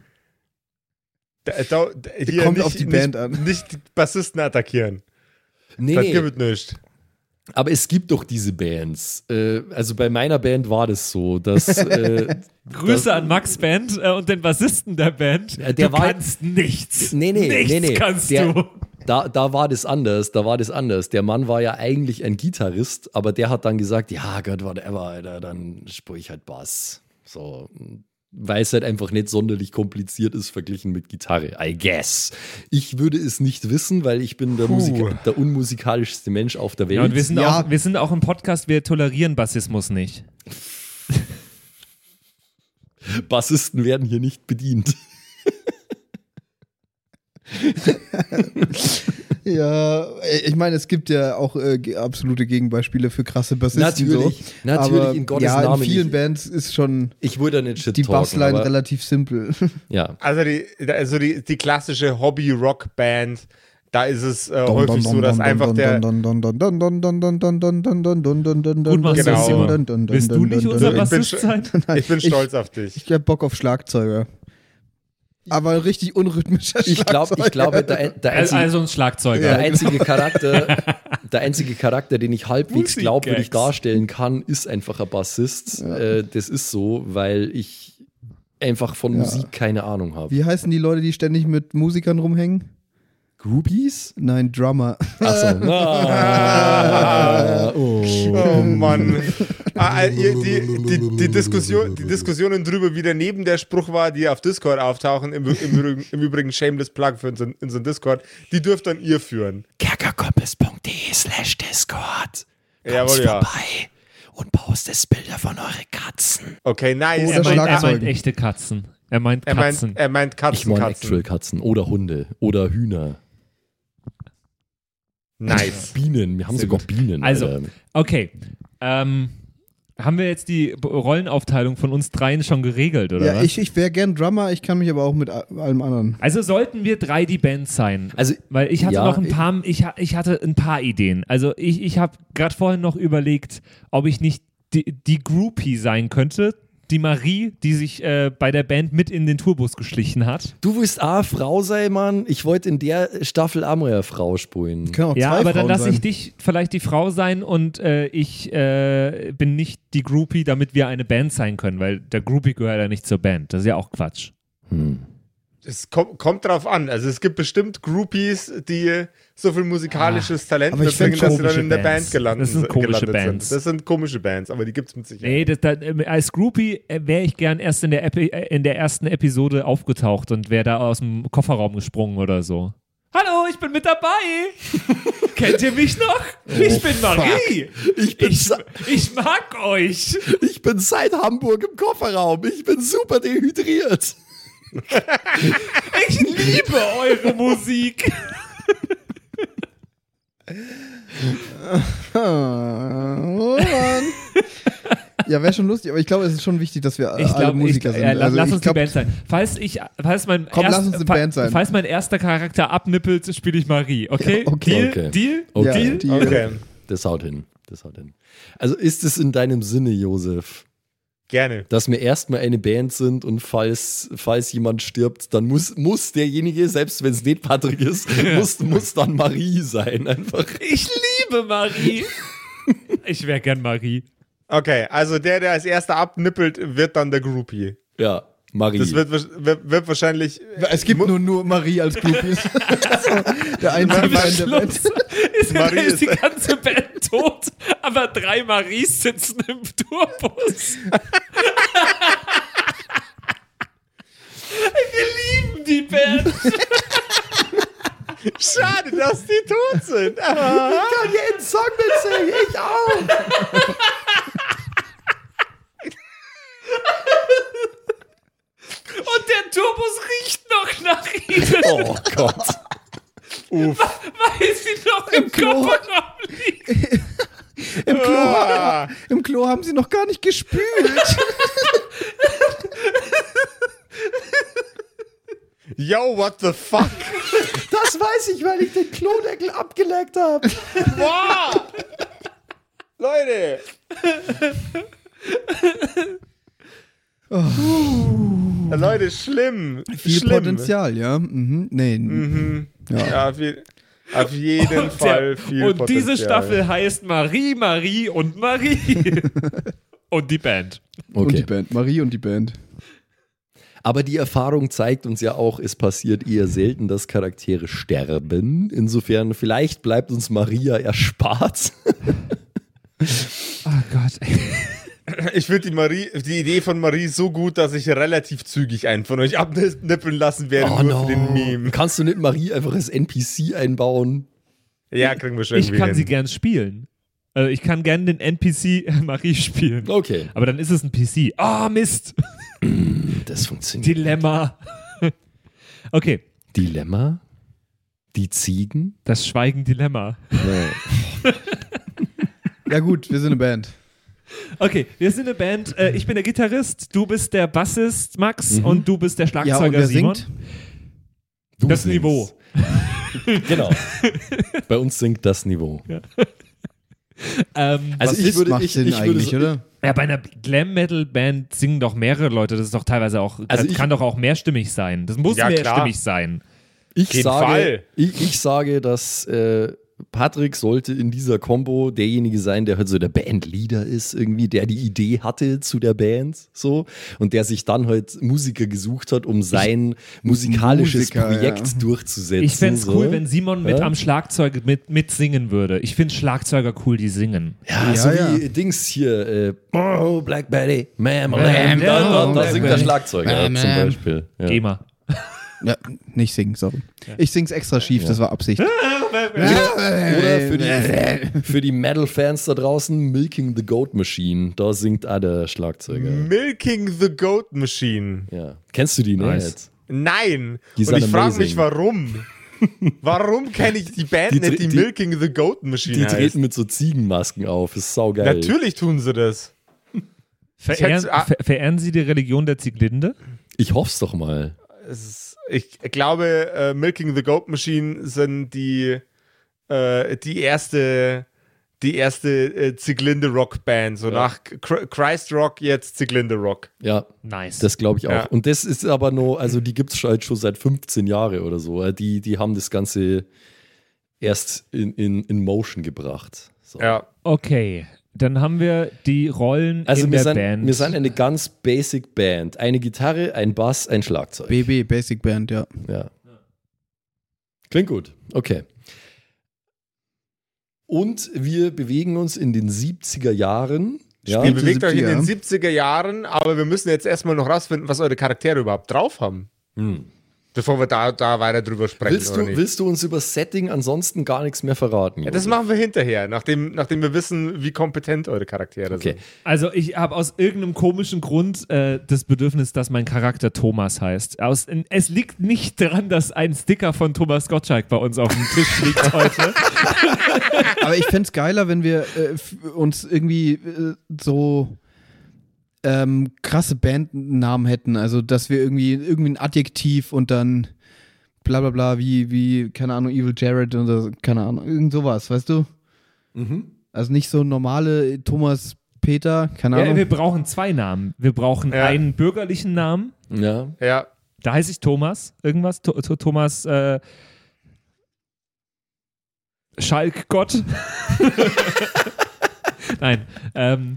Da, da, da, hier kommt nicht, auf die Band nicht, an. Nicht die Bassisten attackieren. Nee, Das nee, gibt es nicht. aber es gibt doch diese Bands. Äh, also bei meiner Band war das so, dass äh, Grüße das, an Max Band äh, und den Bassisten der Band. Ja, der du war- kannst nichts. Nee, nee, nichts nee, nee. kannst Der- du. Da, da war das anders, da war das anders. Der Mann war ja eigentlich ein Gitarrist, aber der hat dann gesagt, ja Gott, whatever, Alter, dann spiele ich halt Bass. So, weil es halt einfach nicht sonderlich kompliziert ist verglichen mit Gitarre, I guess. Ich würde es nicht wissen, weil ich bin der, Puh. Musik der unmusikalischste Mensch auf der Welt. Ja, und wir sind, Ja. auch, wir sind auch im Podcast, wir tolerieren Bassismus nicht. Bassisten werden hier nicht bedient. Ja, ich meine, es gibt ja auch äh, ge- absolute Gegenbeispiele für krasse Bassisten. Natürlich, so. natürlich, aber, in Gottes ja, Namen in vielen nicht. Bands ist schon Ich würde nicht shit die talken, Bassline aber, relativ simpel. ja. Also die, also die, die klassische Hobby-Rock-Band, da ist es äh, häufig so, dass einfach der... Gut, Gut, machst Genau. Simon. Willst du nicht unser Ich bin Bassist sch- sein? Ich bin stolz auf dich. Ich hab Bock auf Schlagzeuger. Aber ein richtig unrhythmischer Ich, glaub, ich glaube, der, der Also, einzige, also ein Schlagzeuger. Der einzige Charakter, der einzige Charakter, den ich halbwegs glaubwürdig Musikgags. darstellen kann, ist einfach ein Bassist. Äh, das ist so, weil ich einfach von Ja. Musik keine Ahnung habe. Wie heißen die Leute, die ständig mit Musikern rumhängen? Groupies? Nein, Drummer. Achso. Ah, oh. Oh Mann. Ah, ihr, die, die, die, Diskussion, die Diskussionen drüber, wie der neben der Spruch war, die auf Discord auftauchen, im, im, Übrigen- im Übrigen shameless Plug für unseren, unseren Discord, die dürft dann ihr führen. kerkerkompis.de slash Discord. Jawohl, ja. vorbei und postet Bilder von euren Katzen. Okay, nice. Oder Er meint, er Schlagzeugen. meint echte Katzen. Er meint Er meint, Katzen. er meint Katzen, Ich meine Katzen. Actual Katzen oder Hunde oder Hühner. Nice. Bienen, wir haben Sehr sogar gut. Bienen. Also, Alter. okay. Ähm, haben wir jetzt die B- Rollenaufteilung von uns dreien schon geregelt, oder Ja, was? ich, ich wäre gern Drummer, ich kann mich aber auch mit a- allem anderen. Also sollten wir drei die Band sein. Also, Weil ich hatte ja, noch ein ich- paar, ich, ha- ich hatte ein paar Ideen. Also ich, ich habe gerade vorhin noch überlegt, ob ich nicht die, die Groupie sein könnte, die Marie, die sich äh, bei der Band mit in den Tourbus geschlichen hat. Du willst A, Frau sein, Mann. Ich wollte in der Staffel auch mal eine Frau spielen. Können auch Ja, zwei aber dann Frauen lasse ich sein. dich vielleicht die Frau sein und äh, ich äh, bin nicht die Groupie, damit wir eine Band sein können, weil der Groupie gehört ja nicht zur Band. Das ist ja auch Quatsch. Hm. Es kommt, kommt drauf an. Also es gibt bestimmt Groupies, die so viel musikalisches Talent aber ich mitbringen, find dass sie dann komische in der Bands. Band gelandet, Das sind komische gelandet Bands. sind. Das sind komische Bands, aber die gibt es mit Sicherheit. Nee, das, das, äh, als Groupie äh, wäre ich gern erst in der, Epi äh, in der ersten Episode aufgetaucht und wäre da aus dem Kofferraum gesprungen oder so. Hallo, ich bin mit dabei. Kennt ihr mich noch? Ich bin Marie. Ich bin, Ich, sa- ich mag euch. ich bin seit Hamburg im Kofferraum. Ich bin super dehydriert. Ich liebe eure Musik. Oh Mann. Ja, wäre schon lustig, aber ich glaube, es ist schon wichtig, dass wir Ich alle glaube, Musiker ich, sind. äh, la- Also lass ich uns glaub, die Band sein. Falls ich, falls mein, Komm, erst, lass uns eine fa- Band sein. falls mein erster Charakter abnippelt, spiele ich Marie. Okay? Ja, okay. Deal? Okay. Deal? Okay. Ja, die, Okay, Das haut hin. Das haut hin. Also ist es in deinem Sinne, Josef, gerne. dass wir erstmal eine Band sind und falls, falls jemand stirbt, dann muss, muss derjenige, selbst wenn es nicht Patrick ist, muss, muss dann Marie sein. Einfach. Ich liebe Marie. Ich wäre gern Marie. Okay, also der, der als erster abnippelt, wird dann der Groupie. Ja, Marie. Das wird, wird, wird wahrscheinlich... es gibt nur, nur Marie als Groupies. Also, der einzige Am Fan der Band. Schluss ist, Marie ist die ist- ganze Band tot, aber drei Maries sitzen im Tourbus. Wir lieben die Band. Schade, dass die tot sind. Aber Ich kann jeden Song mitsingen, ich auch. Und der Tourbus riecht noch nach ihnen, Oh Gott. weil sie noch im, Im Klo. Kofferraum liegen. Im Klo, Ah. Im Klo haben sie noch gar nicht gespült. Yo, what the fuck? Das weiß ich, weil ich den Klodeckel abgeleckt habe. Wow! Leute! Ja, Leute, schlimm. Viel schlimm. Potenzial, ja. Mhm. Nee. Mhm. Ja. Ja, auf, je, auf jeden Und, Fall der, viel und Potenzial. diese Staffel heißt Marie, Marie und Marie. Und die Band. Und die Okay. Band. Marie und die Band. Aber die Erfahrung zeigt uns ja auch, es passiert eher selten, dass Charaktere sterben. Insofern, vielleicht bleibt uns Maria erspart. Oh Gott. Ich finde die, Marie- die Idee von Marie so gut, dass ich relativ zügig einen von euch abnippeln lassen werde, nur für den Meme. Kannst du nicht Marie einfach als N P C einbauen? Ja, kriegen wir schon Ich irgendwie kann hin. sie gern spielen. Also ich kann gern den N P C Marie spielen. Okay. Aber dann ist es ein P C. Ah, Mist. Das funktioniert. Dilemma. Okay, Dilemma? Die Ziegen? das Schweigen-Dilemma. Nee. Ja gut, wir sind eine Band. Okay, wir sind eine Band. Äh, ich bin der Gitarrist, du bist der Bassist, Max, Mhm. und du bist der Ja, und Schlagzeuger, wer Simon. singt? Du Das singst. Niveau. Genau. Bei uns singt das Niveau. Ähm, Also Was ich ist, würde- macht ich- Sinn ich würde eigentlich, so- oder? ja, bei einer Glam-Metal-Band singen doch mehrere Leute. Das ist doch teilweise auch, Also das ich- kann doch auch mehrstimmig sein. Das muss Ja, klar. mehrstimmig sein. Ich jeden sage, Fall. Ich, ich sage, dass äh, Patrick sollte in dieser Combo derjenige sein, der halt so der Bandleader ist irgendwie, der die Idee hatte zu der Band so und der sich dann halt Musiker gesucht hat, um sein musikalisches Musiker, Projekt ja. durchzusetzen. Ich fände es so. cool, wenn Simon mit Ja? am Schlagzeug mit, mit singen würde. Ich finde Schlagzeuger cool, die singen. Ja, Ja, so ja. wie Dings hier, äh, oh, Black Betty, Ma'am, Ma'am, Lamb, da, da, da Black singt der Betty. Schlagzeuger Ma'am, zum Ma'am. Beispiel. Ja. Geh mal. Ja, nicht singen, sorry. Ich sing's extra schief, das war Absicht. Oder für die, für die Metal-Fans da draußen, Milking the Goat Machine, da singt auch der Schlagzeuger. Milking the Goat Machine. Ja. Kennst du die Nice. nicht? Nein. Die Und ich sind frage mich, amazing. warum. Warum kenne ich die Band Die nicht, dre- die, die- Milking the Goat Machine Die heißt? treten mit so Ziegenmasken auf, ist saugeil. Natürlich tun sie das. Verehren, hätte- ah- ver verehren Sie die Religion der Zieglinde? Ich hoff's doch mal. Es ist, ich glaube, äh, Milking the Goat Machine sind die, äh, die erste die erste äh, Zieglinde Rock Band. So ja. nach Chr- Christ Rock, jetzt Zieglinde Rock. Ja, nice. Das glaube ich auch. Ja. Und das ist aber nur, also die gibt es halt schon seit fünfzehn Jahren oder so. Die, die haben das Ganze erst in, in, in Motion gebracht. So. Ja. Okay, dann haben wir die Rollen Also in wir der sind, Band. wir sind eine ganz basic Band. Eine Gitarre, ein Bass, ein Schlagzeug. B B, Basic Band, ja. Ja. Klingt gut. Okay. Und wir bewegen uns in den siebziger Jahren. Ja? Ihr bewegt euch in siebziger. den siebziger Jahren, aber wir müssen jetzt erstmal noch rausfinden, was eure Charaktere überhaupt drauf haben. Hm. Bevor wir da, da weiter drüber sprechen. Willst, oder du, nicht? willst du uns über Setting ansonsten gar nichts mehr verraten? Ja, das machen wir hinterher, nachdem, nachdem wir wissen, wie kompetent eure Charaktere Okay. sind. Also ich habe aus irgendeinem komischen Grund äh, das Bedürfnis, dass mein Charakter Thomas heißt. Aus, es liegt nicht daran, dass ein Sticker von Thomas Gottschalk bei uns auf dem Tisch liegt heute. Aber ich fände es geiler, wenn wir äh, f- uns irgendwie äh, so ähm, krasse Bandnamen hätten. Also, dass wir irgendwie, irgendwie ein Adjektiv und dann bla bla bla, wie, wie, keine Ahnung, Evil Jared oder keine Ahnung, irgend sowas, weißt du? Mhm. Also nicht so normale Thomas Peter, keine Ja, Ahnung. wir brauchen zwei Namen. Wir brauchen Ja. einen bürgerlichen Namen. Ja. Ja. Da heiße ich Thomas. Irgendwas. To- to- Thomas äh, Schalk-Gott. Nein. Ähm,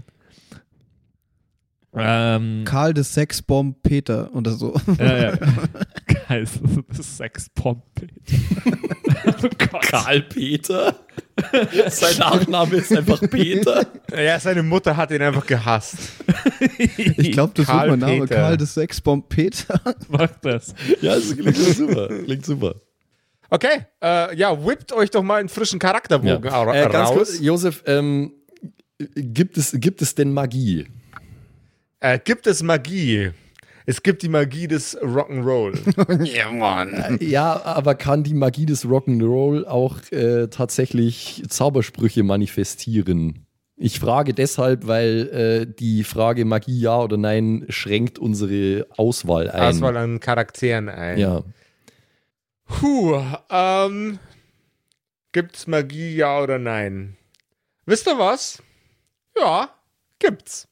ähm, Karl des Sexbomb Peter oder so. ja, ja. Geil. Sexpomp. Oh Gott. Karl Peter. Sein Nachname ist einfach Peter. Ja, seine Mutter hat ihn einfach gehasst. Ich glaube, das Karl wird mein Name. Peter. Karl des Sexbomb Peter. Mach das. Ja, das klingt super. Klingt super. Okay, äh, ja, whippt euch doch mal einen frischen Charakterbogen Ja. ra- Äh, ganz raus. kurz, Josef, ähm, gibt, es, gibt es denn Magie? Äh, gibt es Magie? Es gibt die Magie des Rock'n'Roll. Ja, Mann. Ja, aber kann die Magie des Rock'n'Roll auch äh, tatsächlich Zaubersprüche manifestieren? Ich frage deshalb, weil äh, die Frage Magie ja oder nein schränkt unsere Auswahl ein. Auswahl an Charakteren ein. Ja. Puh, ähm, gibt's Magie, ja oder nein? Wisst ihr was? Ja, gibt's.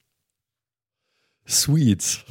Sweet.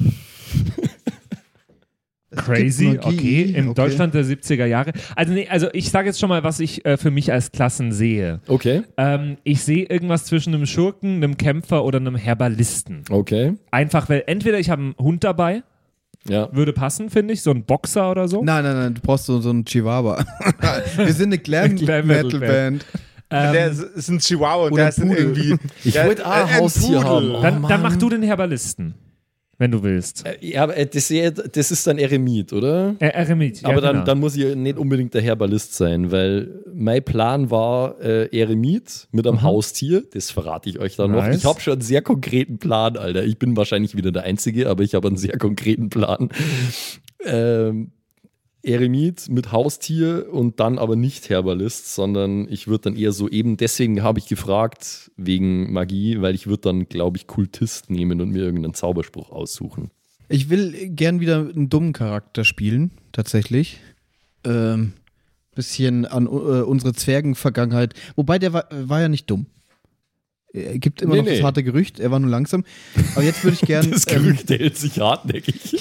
Crazy, Magie, okay. In okay. Deutschland der siebziger Jahre. Also, nee, also ich sage jetzt schon mal, was ich äh, für mich als Klassen sehe. Okay. Ähm, ich sehe irgendwas zwischen einem Schurken, einem Kämpfer oder einem Herbalisten. Okay. Einfach, weil entweder ich habe einen Hund dabei, Ja. würde passen, finde ich, so ein Boxer oder so. Nein, nein, nein, du brauchst so, so einen Chihuahua. Wir sind eine Glam Metal Glam-Metal-Band. Ähm, der ist, ist ein Chihuahua und oder der ist dann Pudel. irgendwie. Ich der- wollte auch äh, ein ein Haustier Pudel. haben. Oh, dann, dann mach Mann. du den Herbalisten, wenn du willst. Äh, Ja, aber äh, das, ist ja- das ist dann Eremit, oder? Äh, Eremit, ja, aber dann, genau. dann muss ich nicht unbedingt der Herbalist sein, weil mein Plan war äh, Eremit mit einem Mhm. Haustier. Das verrate ich euch dann noch. Nice. Ich habe schon einen sehr konkreten Plan, Alter. Ich bin wahrscheinlich wieder der Einzige, aber ich habe einen sehr konkreten Plan. Ähm, Eremit mit Haustier und dann aber nicht Herbalist, sondern ich würde dann eher so eben, deswegen habe ich gefragt, wegen Magie, weil ich würde dann, glaube ich, Kultist nehmen und mir irgendeinen Zauberspruch aussuchen. Ich will gern wieder einen dummen Charakter spielen, tatsächlich. Ähm, bisschen an äh, unsere Zwergenvergangenheit. Wobei, der war, war ja nicht dumm. Er gibt immer Nee, noch das nee. harte Gerücht, er war nur langsam. Aber jetzt würde ich gern. Das Gerücht hält sich hartnäckig.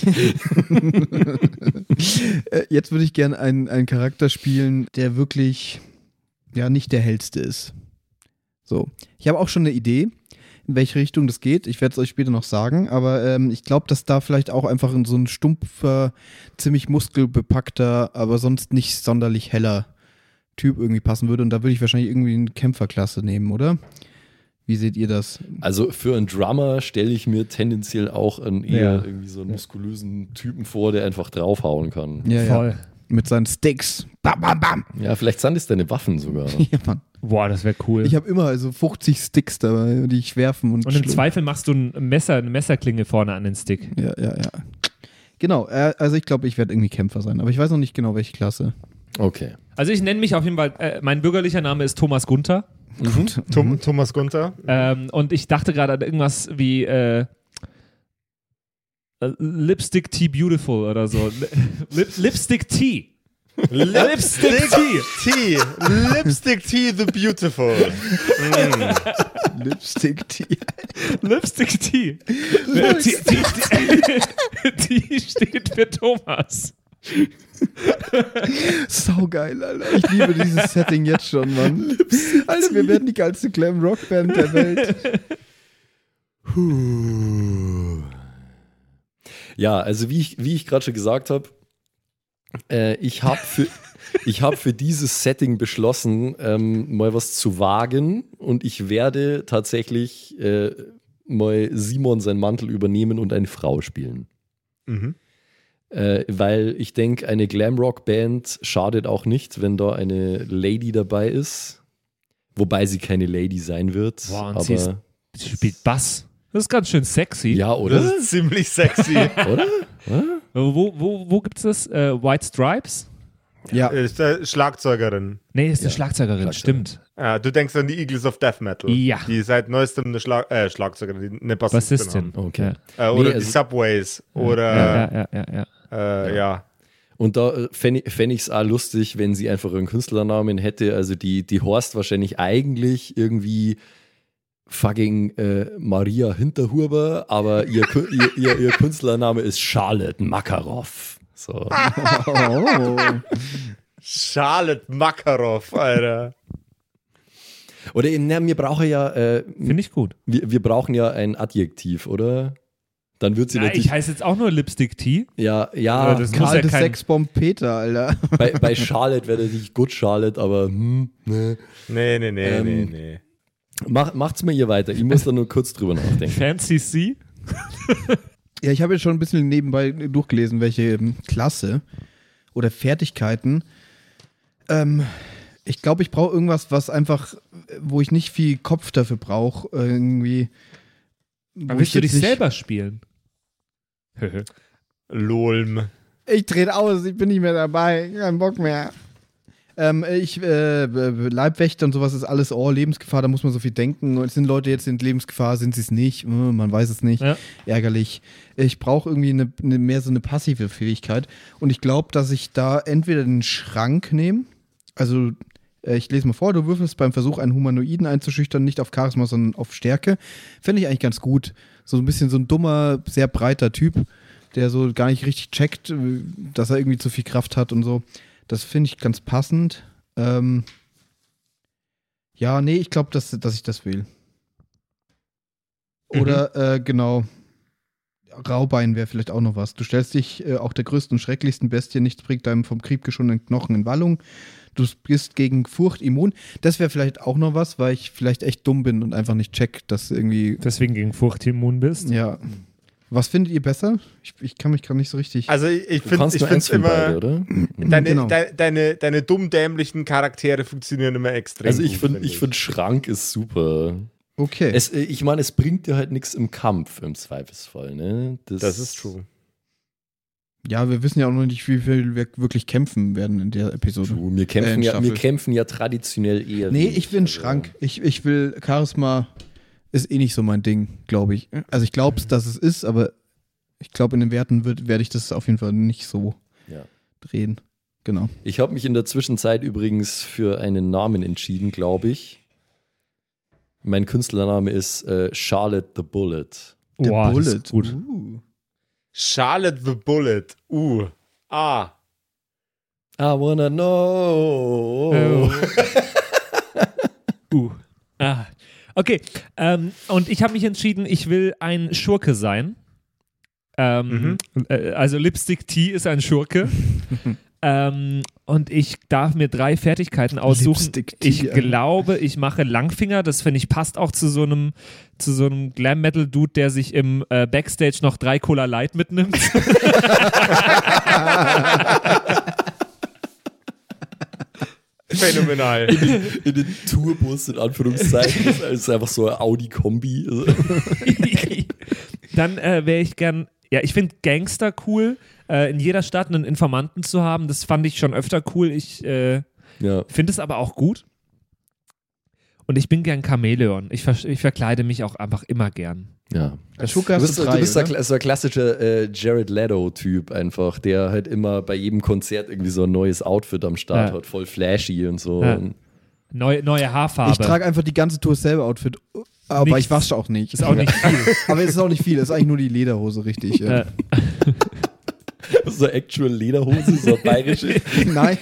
Äh, jetzt würde ich gern einen, einen Charakter spielen, der wirklich ja nicht der hellste ist. So. Ich habe auch schon eine Idee, in welche Richtung das geht. Ich werde es euch später noch sagen, aber ähm, ich glaube, dass da vielleicht auch einfach in so ein stumpfer, ziemlich muskelbepackter, aber sonst nicht sonderlich heller Typ irgendwie passen würde. Und da würde ich wahrscheinlich irgendwie eine Kämpferklasse nehmen, oder? Wie seht ihr das? Also für einen Drummer stelle ich mir tendenziell auch einen eher Ja. irgendwie so einen muskulösen Typen vor, der einfach draufhauen kann. Ja, Voll. ja. Mit seinen Sticks. Bam, bam, bam. Ja, vielleicht sind es deine Waffen sogar. Ja, Mann. Boah, das wäre cool. Ich habe immer also fünfzig Sticks dabei, die ich werfen und Und im schlu- Zweifel machst du ein Messer, eine Messerklinge vorne an den Stick. Ja, ja, ja. Genau, äh, also ich glaube, ich werde irgendwie Kämpfer sein, aber ich weiß noch nicht genau, welche Klasse. Okay. Also ich nenne mich auf jeden Fall, äh, mein bürgerlicher Name ist Thomas Gunther. Tom, Thomas Gunther. Ähm, und ich dachte gerade an irgendwas wie äh, äh, Lipstick Tea Beautiful oder so. Lip, Lipstick Tea. Lipstick Tea. Lipstick Tea the Beautiful. Mm. Lipstick Tea. Lipstick Tea. Äh, T- T- T steht für Thomas. Saugeil, Alter. Ich liebe dieses Setting jetzt schon, Mann. Alter, wir werden die geilste Glam-Rock-Band der Welt. Ja, also wie ich, wie ich gerade schon gesagt habe, äh, ich habe für, ich hab für dieses Setting beschlossen, ähm, mal was zu wagen und ich werde tatsächlich äh, mal Simon seinen Mantel übernehmen und eine Frau spielen. Mhm. Äh, weil ich denke, eine Glamrock-Band schadet auch nicht, wenn da eine Lady dabei ist. Wobei sie keine Lady sein wird. Boah, und aber sie, ist, sie spielt Bass. Das ist ganz schön sexy. ja, oder? Das ist ziemlich sexy. Oder? Wo, wo, wo gibt es das? Äh, White Stripes? Ja, Ist der Schlagzeugerin. Nee, ist eine Ja, Schlagzeugerin, Schlagzeugerin. stimmt. Ja, du denkst an die Eagles of Death Metal. Ja. Die seit neuestem eine Schlag äh, Schlagzeugerin, eine Bassistin. Bassistin. Okay. Ja. Haben. Äh, oder Nee, also- die Subways. Oder, Ja, ja, ja, ja, ja. Äh, ja. Und da äh, fände ich es auch lustig, wenn sie einfach einen Künstlernamen hätte. Also die, die Horst wahrscheinlich eigentlich irgendwie fucking äh, Maria Hinterhuber, aber ihr, Kü- ihr, ihr, ihr Künstlername ist Charlotte Makarov. So. oh. Charlotte Makarov, Alter. Oder eben, na, wir brauchen ja, äh, Finde ich gut. wir, wir brauchen ja ein Adjektiv, oder? Dann wird sie Na, natürlich. ich heiße jetzt auch nur Lipstick Tea. ja, Ja, ja. das- muss Karl ja des kein- Sexbomb Peter, Alter. bei, bei Charlotte wäre das nicht gut Charlotte, aber hm, ne. Nee, nee, nee, Ähm, nee, nee. Mach, macht's mir ihr weiter. Ich muss da nur kurz drüber nachdenken. Fancy C. Ja, ich habe jetzt schon ein bisschen nebenbei durchgelesen, welche ähm, Klasse oder Fertigkeiten. Ähm, ich glaube, ich brauche irgendwas, was einfach, wo ich nicht viel Kopf dafür brauche, irgendwie. Aber wo willst ich du jetzt dich nicht- selber spielen? Lolm. Ich drehe aus, ich bin nicht mehr dabei, kein Bock mehr. Ähm, ich, äh, Leibwächter und sowas ist alles, oh, Lebensgefahr, da muss man so viel denken. Und sind Leute jetzt in Lebensgefahr, sind sie es nicht? Hm, man weiß es nicht. Ja. Ärgerlich. Ich brauche irgendwie eine, eine, mehr so eine passive Fähigkeit. Und ich glaube, dass ich da entweder den Schrank nehme, also äh, ich lese mal vor, du würfelst beim Versuch, einen Humanoiden einzuschüchtern, nicht auf Charisma, sondern auf Stärke. Fände ich eigentlich ganz gut. So ein bisschen so ein dummer, sehr breiter Typ, der so gar nicht richtig checkt, äh, dass er irgendwie zu viel Kraft hat und so. Das finde ich ganz passend. Ähm ja, nee, ich glaube, dass, dass ich das will. Oder, äh, genau, Raubein wäre vielleicht auch noch was. Du stellst dich äh, auch der größten und schrecklichsten Bestie, nichts bringt deinem vom Krieg geschundenen Knochen in Wallung. Du bist gegen Furcht immun. Das wäre vielleicht auch noch was, weil ich vielleicht echt dumm bin und einfach nicht check, dass irgendwie, Deswegen gegen Furcht immun bist. ja. Was findet ihr besser? Ich, ich kann mich gerade nicht so richtig... Also ich, ich Du finde kannst ich nur eins find's von immer, beide, oder? deine, Genau. de, deine, deine dumm-dämlichen Charaktere funktionieren immer extrem Also ich gut, finde, find ich find, Schrank ist super. Okay. Es, äh, ich meine, es bringt dir halt nichts im Kampf im Zweifelsfall. Ne? Das ist true. Ja, wir wissen ja auch noch nicht, wie viel wir wirklich kämpfen werden in der Episode. True. Wir, kämpfen Äh, ja, wir Staffel. kämpfen ja traditionell eher. Nee, wenig, ich will einen also- Schrank. Ich, ich will Charisma ist eh nicht so mein Ding, glaube ich. Also ich glaube es, dass es ist, aber ich glaube, in den Werten wird, werde ich das auf jeden Fall nicht so Ja. drehen. Genau. Ich habe mich in der Zwischenzeit übrigens für einen Namen entschieden, glaube ich. Mein Künstlername ist äh, Charlotte the Bullet. Der Boah, Bullet. das ist gut. Uh. Charlotte the Bullet. Uh. Ah. I wanna know. Uh. Ah. Okay, ähm, und ich habe mich entschieden, ich will ein Schurke sein. Ähm, äh, also Lipstick Tea ist ein Schurke. ähm, und ich darf mir drei Fertigkeiten aussuchen. Lipstick Tea, Ich Alter. glaube, ich mache Langfinger. Das finde ich passt auch zu so einem zu so einem Glam Metal Dude, der sich im äh, Backstage noch drei Cola Light mitnimmt. Phänomenal. In den Tourbus, in Anführungszeichen. Das ist einfach so ein Audi-Kombi. Dann äh, wäre ich gern, ja, ich finde Gangster cool, äh, in jeder Stadt einen Informanten zu haben. Das fand ich schon öfter cool. Ich äh, Ja. finde es aber auch gut. Und ich bin gern Chamäleon. Ich, ver- ich verkleide mich auch einfach immer gern. Ja. Als Du Schurke hast bist, du du drei, bist oder? so ein klassischer äh, Jared Leto-Typ einfach, der halt immer bei jedem Konzert irgendwie so ein neues Outfit am Start Ja. hat, voll flashy und so. Ja. Und Neue, neue Haarfarbe. Ich trage einfach die ganze Tour dasselbe Outfit, aber Nichts. ich wasche auch nicht. Ist auch nicht viel. Aber es ist auch nicht viel, es ist eigentlich nur die Lederhose, richtig. Ja. Äh, so actual Lederhose, so bayerische. Nein.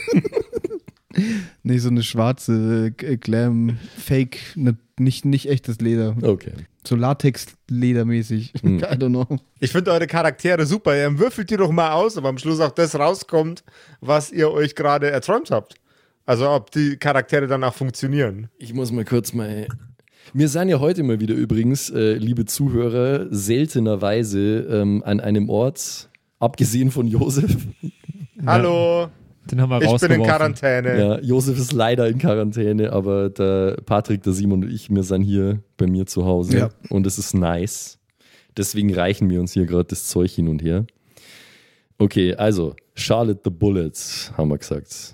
Nee, so eine schwarze äh, Glam-Fake, ne, nicht, nicht echtes Leder. Okay. So Latex-Ledermäßig. Hm. I don't know. Ich finde eure Charaktere super. Ihr würfelt die doch mal aus, aber am Schluss auch das rauskommt, was ihr euch gerade erträumt habt. Also ob die Charaktere dann auch funktionieren. Ich muss mal kurz mal. Wir sind ja heute mal wieder übrigens, äh, liebe Zuhörer, seltenerweise ähm, an einem Ort, abgesehen von Josef. Hallo, den haben wir ich bin rausgeworfen. in Quarantäne. Ja, Josef ist leider in Quarantäne, aber der Patrick, der Simon und ich, wir sind hier bei mir zu Hause Ja. und es ist nice. Deswegen reichen wir uns hier gerade das Zeug hin und her. Okay, also Charlotte the Bullets, haben wir gesagt.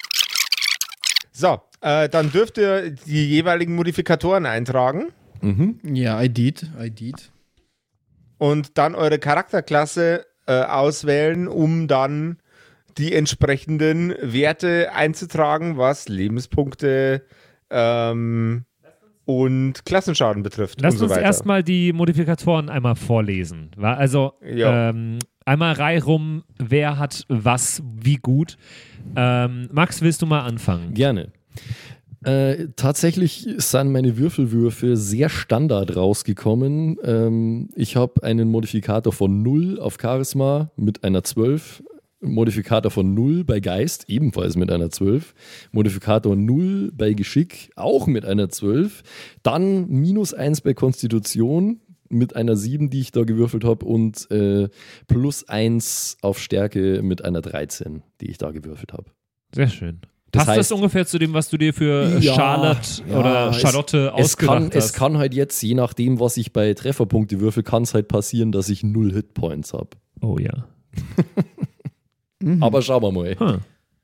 So, äh, dann dürft ihr die jeweiligen Modifikatoren eintragen Mhm. Ja, I did, I did. und dann eure Charakterklasse äh, auswählen, um dann die entsprechenden Werte einzutragen, was Lebenspunkte ähm, und Klassenschaden betrifft. Lass und so uns weiter. erstmal die Modifikatoren einmal vorlesen. wa? Also Ja. ähm, einmal Reihe rum, wer hat was, wie gut. Ähm, Max, willst du mal anfangen? Gerne. Äh, tatsächlich sind meine Würfelwürfe sehr Standard rausgekommen. Ähm, ich habe einen Modifikator von null auf Charisma mit einer zwölf, Modifikator von null bei Geist, ebenfalls mit einer zwölf, Modifikator null bei Geschick, auch mit einer zwölf, dann minus eins bei Konstitution mit einer sieben, die ich da gewürfelt habe, und äh, plus eins auf Stärke mit einer dreizehn, die ich da gewürfelt habe. Sehr schön. Das Passt das heißt- ungefähr zu dem, was du dir für Ja, Charlotte ja, oder es- Charlotte Es ausgedacht kann, hast? es kann halt jetzt, je nachdem, was ich bei Trefferpunkte würfel, kann es halt passieren, dass ich null Hitpoints habe. Oh ja. Mhm. Aber schauen wir mal. Hm.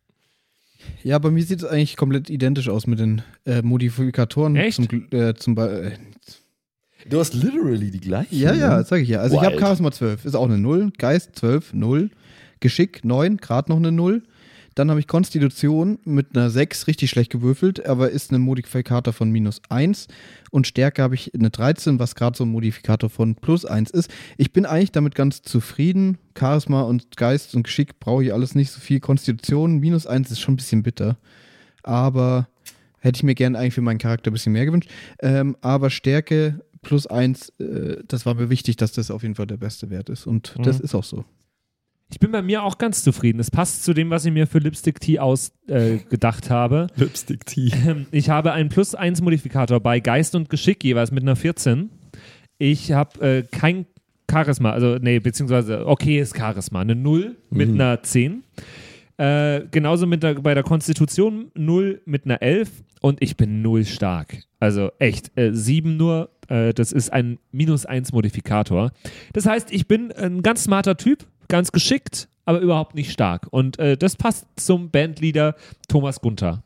Ja, bei mir sieht es eigentlich komplett identisch aus mit den äh, Modifikatoren. Echt? Zum, Gl- äh, zum Be- äh, Du hast literally die gleiche. ja, ja, das sag ich ja. Also ich habe Wild. Charisma zwölf, ist auch eine null. Geist zwölf, null. Geschick neun, gerade noch eine null. Dann habe ich Konstitution mit einer sechs, richtig schlecht gewürfelt, aber ist ein Modifikator von minus eins. Und Stärke habe ich eine dreizehn, was gerade so ein Modifikator von plus eins ist. Ich bin eigentlich damit ganz zufrieden. Charisma und Geist und Geschick brauche ich alles nicht so viel. Konstitution minus eins ist schon ein bisschen bitter. Aber hätte ich mir gerne eigentlich für meinen Charakter ein bisschen mehr gewünscht. Ähm, aber Stärke plus eins, äh, das war mir wichtig, dass das auf jeden Fall der beste Wert ist. Und Mhm. das ist auch so. Ich bin bei mir auch ganz zufrieden. Es passt zu dem, was ich mir für Lipstick Tea ausgedacht äh, gedacht habe. Lipstick Tea. Ähm, Ich habe einen plus eins Modifikator bei Geist und Geschick jeweils mit einer vierzehn. Ich habe äh, kein Charisma, also nee, beziehungsweise okayes Charisma, eine null mit Mhm. einer zehn. Äh, genauso mit der, bei der Konstitution null mit einer elf und ich bin null stark. Also echt, äh, sieben nur, äh, das ist ein minus eins Modifikator. Das heißt, ich bin ein ganz smarter Typ, ganz geschickt, aber überhaupt nicht stark. Und äh, das passt zum Bandleader Thomas Gunther.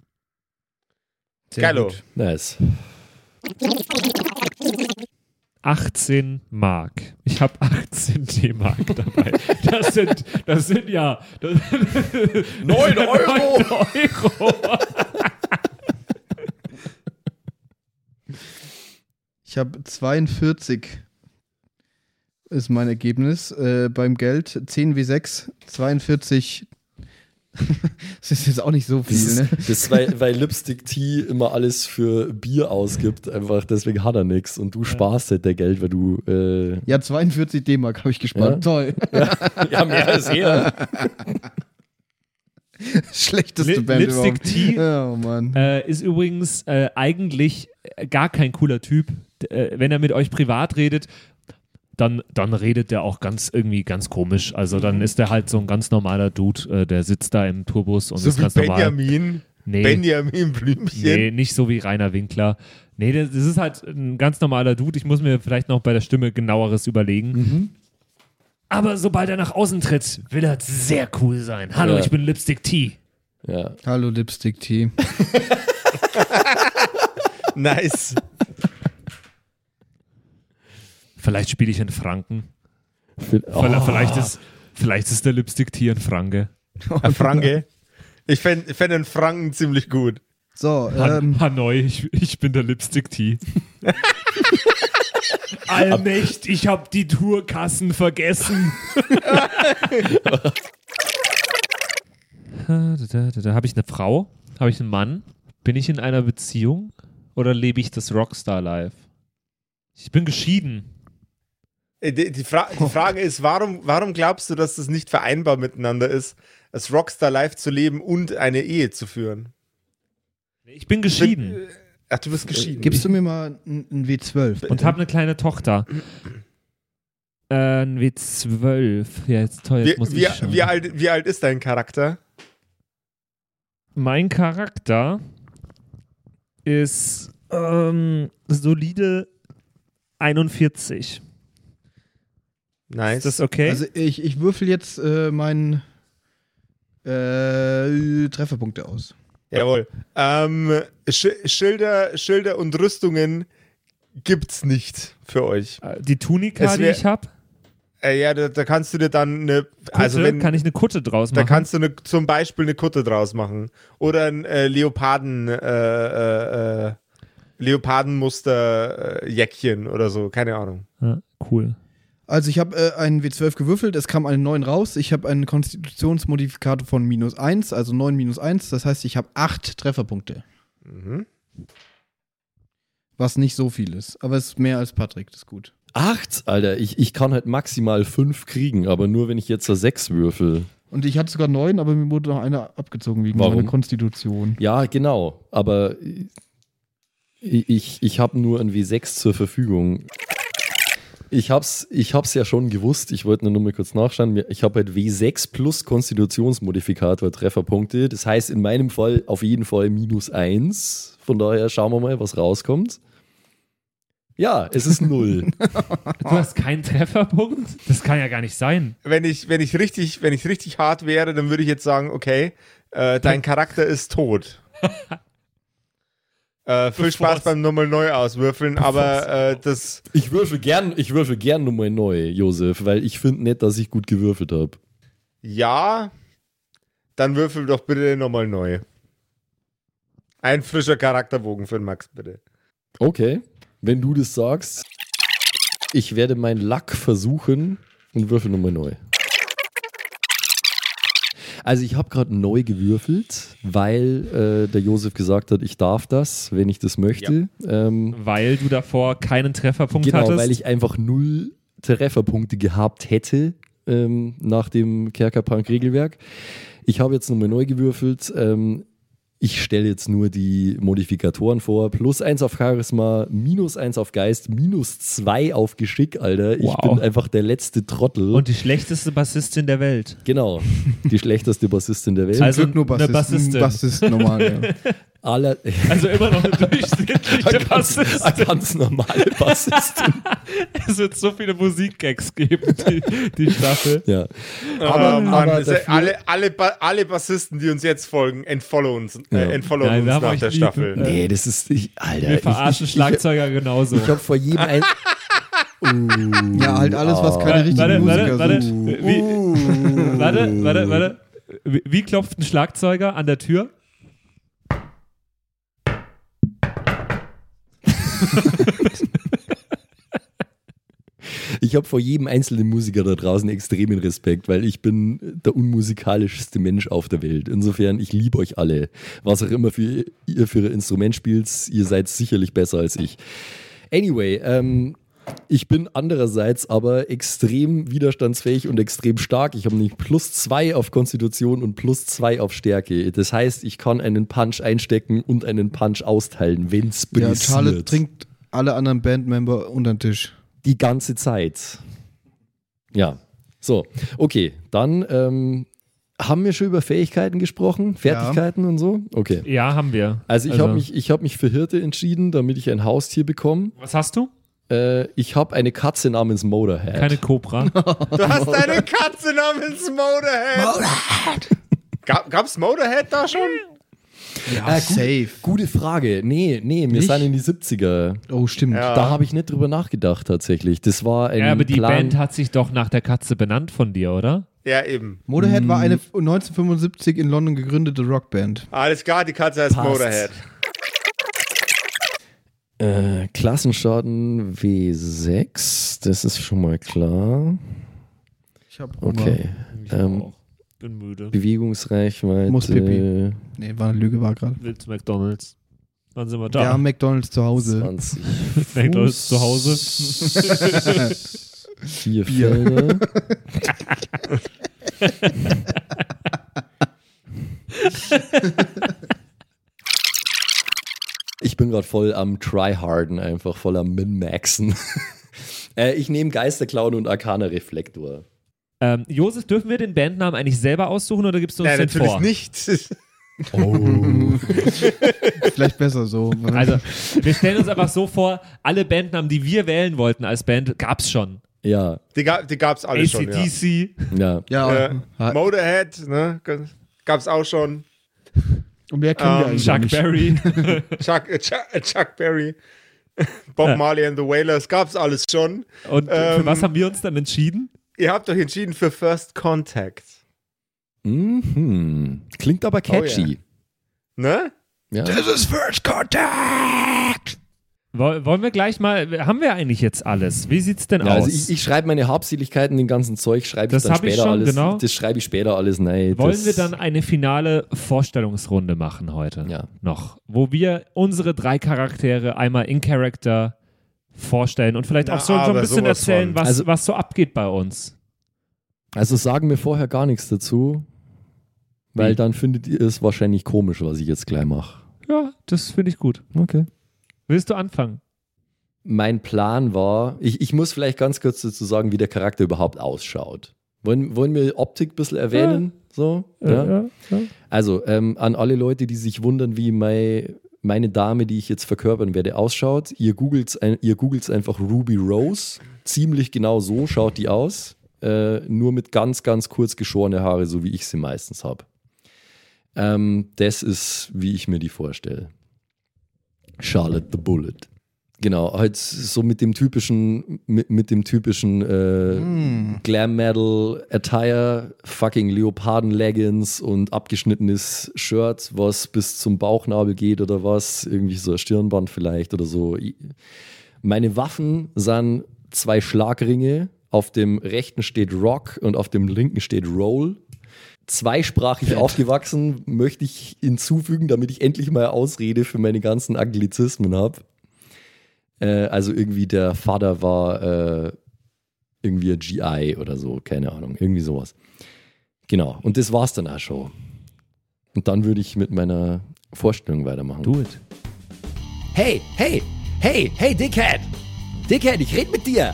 Sehr Geilo. gut. Nice. achtzehn Mark. Ich habe achtzehn D-Mark dabei. Das sind, das sind ja das Neun Euro! neun Euro. Ich habe zweiundvierzig ist mein Ergebnis äh, beim Geld. zehn W sechs, zweiundvierzig. Das ist jetzt auch nicht so Das viel, ist, ne? das ist weil, weil Lipstick Tea immer alles für Bier ausgibt, einfach deswegen hat er nichts und du sparst halt der Geld, weil du äh, Ja, zweiundvierzig D-Mark habe ich gespart. Ja? Toll. ja mehr als er. Schlechteste Li- Band Lipstick überhaupt. Tea Oh Mann. äh, ist übrigens äh, eigentlich gar kein cooler Typ. D- Äh, wenn er mit euch privat redet, dann, dann redet der auch ganz irgendwie ganz komisch. Also dann ist der halt so ein ganz normaler Dude, äh, der sitzt da im Tourbus und So ist wie ganz normal. Benjamin. Nee. Benjamin Blümchen. Nee, nicht so wie Rainer Winkler. Nee, das, das ist halt ein ganz normaler Dude. Ich muss mir vielleicht noch bei der Stimme genaueres überlegen. Mhm. Aber sobald er nach außen tritt, will er sehr cool sein. Hallo, Ja. ich bin Lipstick Tea. Ja. Hallo Lipstick Tea. Nice. Vielleicht spiele ich in Franken. Oh. Vielleicht, ist, vielleicht ist der Lipstick-Tier ein Franke. Ein Franke. Ich fände fänd den Franken ziemlich gut. So, Han ähm, Hanoi, ich, ich bin der Lipstick-Tee. Allmächt, ich hab die Tourkassen vergessen. da, da, da, da. Habe ich eine Frau? Habe ich einen Mann? Bin ich in einer Beziehung? Oder lebe ich das Rockstar-Life? Ich bin geschieden. Die, die, Fra die Frage ist, warum, warum glaubst du, dass das nicht vereinbar miteinander ist, als Rockstar-Life zu leben und eine Ehe zu führen? Ich bin geschieden. Bin, ach, du bist geschieden. Gibst du mir mal ein W zwölf? Und habe eine kleine Tochter. Äh, ein W zwölf. Ja, jetzt toll, jetzt wie, muss wie, ich schauen. wie, alt, wie alt ist dein Charakter? Mein Charakter ist ähm, solide einundvierzig. Nice. Ist das okay? Also ich, ich würfel jetzt äh, meinen äh, Trefferpunkte aus. Jawohl. Ähm, Sch Schilder, Schilder und Rüstungen gibt's nicht für euch. Die Tunika, Es die wär- ich habe, Äh, ja, da, da kannst du dir dann eine, also wenn, kann ich eine Kutte draus da machen. kannst du eine, zum Beispiel eine Kutte draus machen. Oder ein äh, Leoparden, äh, äh, äh, Leopardenmuster-Jäckchen oder so, keine Ahnung. Ja, cool. Also ich habe äh, einen W zwölf gewürfelt, es kam eine neun raus. Ich habe einen Konstitutionsmodifikator von minus eins, also neun minus eins. Das heißt, ich habe acht Trefferpunkte. Mhm. Was nicht so viel ist. Aber es ist mehr als Patrick, das ist gut. Acht? Alter, ich, ich kann halt maximal fünf kriegen, aber nur wenn ich jetzt da sechs würfel. Und ich hatte sogar neun, aber mir wurde noch einer abgezogen wegen Warum? meiner Konstitution. Ja, genau, aber ich, ich, ich habe nur ein W sechs zur Verfügung. Ich hab's, ich hab's ja schon gewusst, ich wollte nur noch mal kurz nachschauen. Ich habe halt W sechs plus Konstitutionsmodifikator Trefferpunkte. Das heißt in meinem Fall auf jeden Fall minus eins. Von daher schauen wir mal, was rauskommt. Ja, es ist null. Du hast keinen Trefferpunkt? Das kann ja gar nicht sein. Wenn ich, wenn ich richtig, wenn ich richtig hart wäre, dann würde ich jetzt sagen, okay, äh, dein Charakter ist tot. äh, viel Spaß Bevor's- beim nochmal neu auswürfeln, aber äh, das, Ich würfel gern, ich würfel gern nochmal neu, Josef, weil ich finde nicht, dass ich gut gewürfelt habe. ja, dann würfel doch bitte nochmal neu. Ein frischer Charakterbogen für den Max, bitte. Okay, wenn du das sagst, ich werde meinen Lack versuchen und würfel nochmal neu. Also ich habe gerade neu gewürfelt, weil äh, der Josef gesagt hat, ich darf das, wenn ich das möchte. Ähm, Weil du davor keinen Trefferpunkt genau, hattest. weil ich einfach null Trefferpunkte gehabt hätte ähm, nach dem Kerkerpunk-Regelwerk. Ich habe jetzt nochmal neu gewürfelt. Ähm, ich stelle jetzt nur die Modifikatoren vor. Plus eins auf Charisma, minus eins auf Geist, minus zwei auf Geschick, Alter. Ich Wow. bin einfach der letzte Trottel. Und die schlechteste Bassistin der Welt. genau, die schlechteste Bassistin der Welt. Also Glück nur eine Bassisten, Bassistin. Bassist normal, ja. Aller, Also immer noch eine durchschnittliche eine, ganz, Bassistin. eine ganz normale Bassistin. Es wird so viele Musikgags geben, die, die Staffel. Ja. Aber, Aber- Mann, aber das ist- dafür- alle, alle, Ba- alle Bassisten, die uns jetzt folgen, entfollow uns, äh, Ja. entfollowen Nein, wir uns haben nach euch der lieb. Staffel. Ja. Nee, das ist. Ich, Alter, Wir verarschen ich, ich, Schlagzeuger genauso. Ich, ich habe vor jedem ein. Uh, Ja, halt alles, was ah. keine richtigen warte, Musiker warte, sind. warte. Wie, warte, warte, warte. Wie, wie klopft ein Schlagzeuger an der Tür? Ich habe vor jedem einzelnen Musiker da draußen extremen Respekt, weil ich bin der unmusikalischste Mensch auf der Welt. Insofern, ich liebe euch alle. Was auch immer für ihr für ein Instrument spielt, ihr seid sicherlich besser als ich. Anyway, ähm, ich bin andererseits aber extrem widerstandsfähig und extrem stark. Ich habe nämlich plus zwei auf Konstitution und plus zwei auf Stärke. Das heißt, ich kann einen Punch einstecken und einen Punch austeilen, wenn es Ja, brisselt. Charlotte trinkt alle anderen Bandmember unter den Tisch. Die ganze Zeit. Ja, so, okay, dann ähm, haben wir schon über Fähigkeiten gesprochen, Fertigkeiten und so? Okay. Ja, haben wir. Also ich habe mich, ich hab mich für Hirte entschieden, damit ich ein Haustier bekomme. Was hast du? Äh, ich habe eine Katze namens Motorhead. Keine Cobra. Du hast eine Katze namens Motorhead. Motorhead. Gab, gab's Motorhead da schon? Ja, äh, safe. Gute, gute Frage. Nee, nee, wir Nicht? sind in die siebziger. Oh, stimmt. Ja. Da habe ich nicht drüber nachgedacht tatsächlich. Das war ein Ja, aber die Plan. Band hat sich doch nach der Katze benannt von dir, oder? Ja, eben. Motorhead war eine neunzehnhundertfünfundsiebzig in London gegründete Rockband. Alles klar, die Katze heißt Passt. Motorhead. Äh, Klassenschaden W sechs, das ist schon mal klar. Ich hab Okay. Ich Ähm, auch. Bin müde. Bewegungsreichweite. Muss Pipi. Nee, war eine Lüge, war gerade. Willst McDonalds? Wann sind wir Wir da? haben McDonalds zu Hause. zwanzig. McDonalds zu Hause. Vier Bier. Felder. Ich bin gerade voll am Tryharden, einfach voll am Min-Maxen. äh, ich nehme Geisterclown und Arcana Reflektor. Ähm, Josef, dürfen wir den Bandnamen eigentlich selber aussuchen oder gibst du uns Nein, den natürlich vor? nicht. Oh. Vielleicht besser so. Also, wir stellen uns einfach so vor, alle Bandnamen, die wir wählen wollten als Band, gab's schon. Ja, Die, ga, die gab's alle schon, ja. A C D C. ja. ja, Äh, ha- Motorhead, ne? Gab's auch schon. und mehr kennen wir ähm, eigentlich Chuck nicht. Berry. Chuck, äh, Chuck, äh, Chuck Berry. Bob Ja. Marley and the Wailers, gab's alles schon. Und für Ähm, was haben wir uns dann entschieden? Ihr habt euch entschieden für First Contact. Mhm. Klingt aber catchy. Ne? Ja. This is First Contact! Woll- Wollen wir gleich mal, haben wir eigentlich jetzt alles? Wie sieht's denn Ja, aus? also ich, ich schreibe meine Habseligkeiten, den ganzen Zeug, schreibe ich Das dann hab ich später schon, alles. genau. Das schreibe ich später alles rein. Wollen das, wir dann eine finale Vorstellungsrunde machen heute Ja. noch, wo wir unsere drei Charaktere einmal in Character vorstellen und vielleicht Na, auch so, so ein aber bisschen sowas erzählen, von. was, Also- was so abgeht bei uns. Also sagen wir vorher gar nichts dazu, weil Wie? dann findet ihr es wahrscheinlich komisch, was ich jetzt gleich mache. Ja, das finde ich gut. Okay. Willst du anfangen? Mein Plan war, ich, ich muss vielleicht ganz kurz dazu sagen, wie der Charakter überhaupt ausschaut. Wollen, wollen wir Optik ein bisschen erwähnen? So? Ja. ja, ja. Also, ähm, an alle Leute, die sich wundern, wie mein, meine Dame, die ich jetzt verkörpern werde, ausschaut, ihr googelt ein, ihr googelt's einfach Ruby Rose. Ziemlich genau so schaut die aus. Äh, nur mit ganz, ganz kurz geschorene Haare, so wie ich sie meistens habe. Ähm, das ist, wie ich mir die vorstelle. Charlotte the Bullet. Genau, halt so mit dem typischen, mit, mit dem typischen äh, Mm. Glam Metal Attire, fucking Leoparden-Leggings und abgeschnittenes Shirt, was bis zum Bauchnabel geht oder was, irgendwie so ein Stirnband vielleicht oder so. Meine Waffen sind zwei Schlagringe, auf dem rechten steht Rock und auf dem linken steht Roll. Zweisprachig aufgewachsen, möchte ich hinzufügen, damit ich endlich mal Ausrede für meine ganzen Anglizismen habe. Äh, also irgendwie der Vater war äh, irgendwie ein G I oder so, keine Ahnung, irgendwie sowas. Genau, und das war's dann auch schon. Und dann würde ich mit meiner Vorstellung weitermachen. Do it. Hey, hey, hey, hey, Dickhead! Dickhead, ich red mit dir!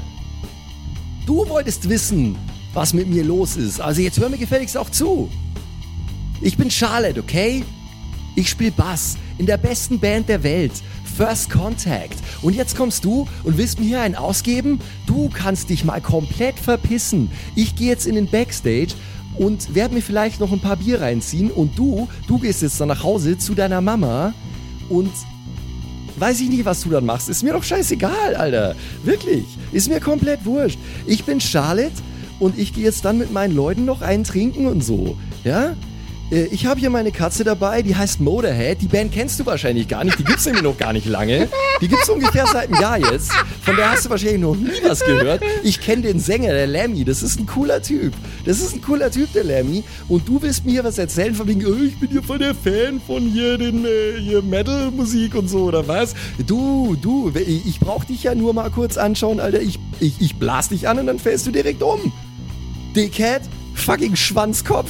Du wolltest wissen, was mit mir los ist. Also jetzt hör mir gefälligst auch zu. Ich bin Charlotte, okay? Ich spiele Bass in der besten Band der Welt. First Contact. Und jetzt kommst du und willst mir hier einen ausgeben? Du kannst dich mal komplett verpissen. Ich gehe jetzt in den Backstage und werde mir vielleicht noch ein paar Bier reinziehen. Und du, du gehst jetzt dann nach Hause zu deiner Mama und weiß ich nicht, was du dann machst. Ist mir doch scheißegal, Alter. Wirklich. Ist mir komplett wurscht. Ich bin Charlotte und ich gehe jetzt dann mit meinen Leuten noch einen trinken und so. Ja? Äh, Ich habe hier meine Katze dabei, die heißt Motorhead. Die Band kennst du wahrscheinlich gar nicht. Die gibt's nämlich noch gar nicht lange. Die gibt's ungefähr seit einem Jahr jetzt. Von der hast du wahrscheinlich noch nie was gehört. Ich kenne den Sänger, der Lemmy. Das ist ein cooler Typ. Das ist ein cooler Typ, der Lemmy. Und du willst mir hier was erzählen von wegen, oh, ich bin hier voll der Fan von hier den äh, hier Metal-Musik und so, oder was? Du, du, ich, ich brauch dich ja nur mal kurz anschauen, Alter. Ich, ich, ich blas dich an und dann fällst du direkt um. Dickhead, fucking Schwanzkopf.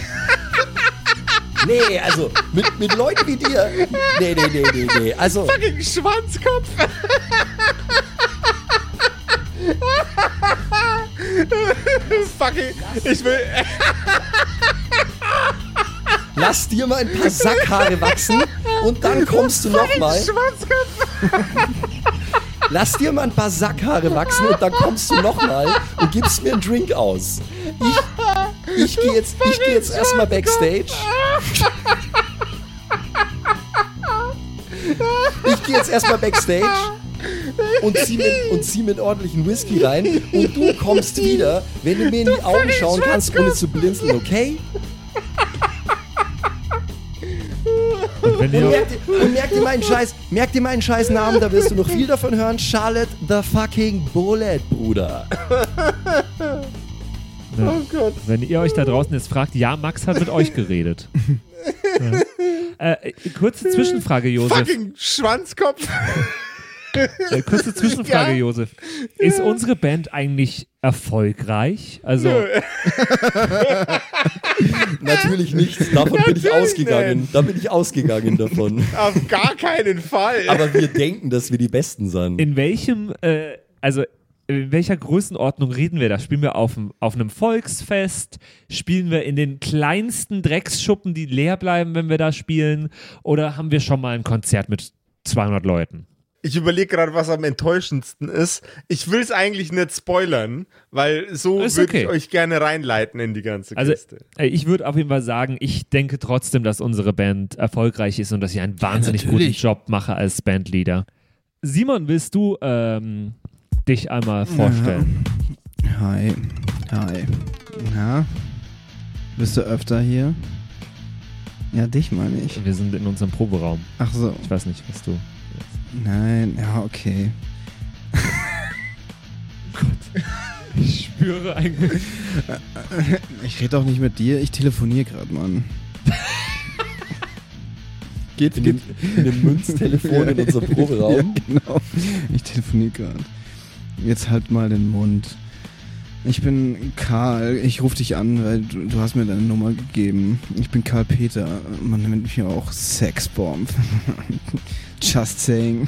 Nee, also mit, mit Leuten wie dir. Nee, nee, nee, nee, nee. Also. Fucking Schwanzkopf. Fucking, ich will. Lass dir mal ein paar Sackhaare wachsen und dann kommst du nochmal. Schwanzkopf. Lass dir mal ein paar Sackhaare wachsen und dann kommst du nochmal und gibst mir einen Drink aus. Ich, ich gehe jetzt, ich geh jetzt erstmal Backstage. Ich gehe jetzt erstmal Backstage und zieh, mit, und zieh mit ordentlichen Whisky rein und du kommst wieder, wenn du mir in die Augen schauen kannst, ohne zu blinzeln, okay? Und, wenn Und ihr merk, dir, und merk dir meinen Scheiß, merk dir meinen scheiß Namen, da wirst du noch viel davon hören. Charlotte the fucking Bullet, Bruder. Ne, Oh Gott. wenn ihr euch da draußen jetzt fragt, ja, Max hat mit euch geredet. Ja. Äh, kurze Zwischenfrage, Josef. Fucking Schwanzkopf. Äh, kurze Zwischenfrage, Ja. Josef. Ist unsere Band eigentlich erfolgreich? Also, Nö. Natürlich nicht, davon bin ich Natürlich ausgegangen. nicht. Da bin ich ausgegangen davon. Auf gar keinen Fall. Aber wir denken, dass wir die Besten sind. in welchem, äh, also in welcher Größenordnung reden wir da? Spielen wir auf, dem- auf einem Volksfest? Spielen wir in den kleinsten Drecksschuppen, die leer bleiben, wenn wir da spielen? Oder haben wir schon mal ein Konzert mit zweihundert Leuten? Ich überlege gerade, was am enttäuschendsten ist. Ich will es eigentlich nicht spoilern, weil so Ist würde okay. ich euch gerne reinleiten in die ganze Also, Kiste. äh, ich würde auf jeden Fall sagen, ich denke trotzdem, dass unsere Band erfolgreich ist und dass ich einen wahnsinnig guten natürlich. Job mache als Bandleader. Simon, willst du ähm, dich einmal vorstellen? Hi. Hi. Ja. Bist du öfter hier? Ja, dich meine ich. Wir sind in unserem Proberaum. Ach so. Ich weiß nicht, was du... Nein, ja, okay. Ich spüre eigentlich... Ich rede auch nicht mit dir, ich telefoniere gerade, Mann. Geht's, In dem, in dem Münztelefon in unserem Ja, Proberaum. genau. Ich telefoniere gerade. Jetzt halt mal den Mund. Ich bin Karl, ich rufe dich an, weil du, du hast mir deine Nummer gegeben. Ich bin Karl Peter, man nennt mich ja auch Sexbomb. Just saying.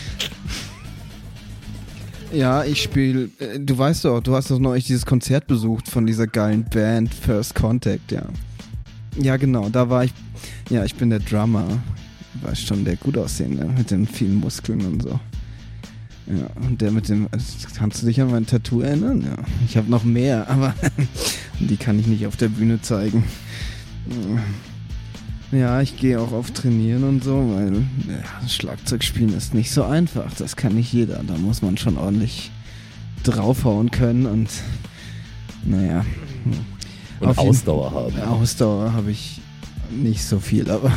Ja, ich spiele, du weißt doch, du hast doch neulich dieses Konzert besucht von dieser geilen Band First Contact, ja. Ja, genau, da war ich, ja, ich bin der Drummer. War schon der gut aussehende, mit den vielen Muskeln und so. Ja, und der mit dem, kannst du dich an mein Tattoo erinnern? Ja, ich habe noch mehr, aber die kann ich nicht auf der Bühne zeigen. Ja, ich gehe auch auf Trainieren und so, weil ja, Schlagzeugspielen ist nicht so einfach. Das kann nicht jeder. Da muss man schon ordentlich draufhauen können und naja. Und Auf jeden- Ausdauer haben. Ausdauer habe ich nicht so viel, aber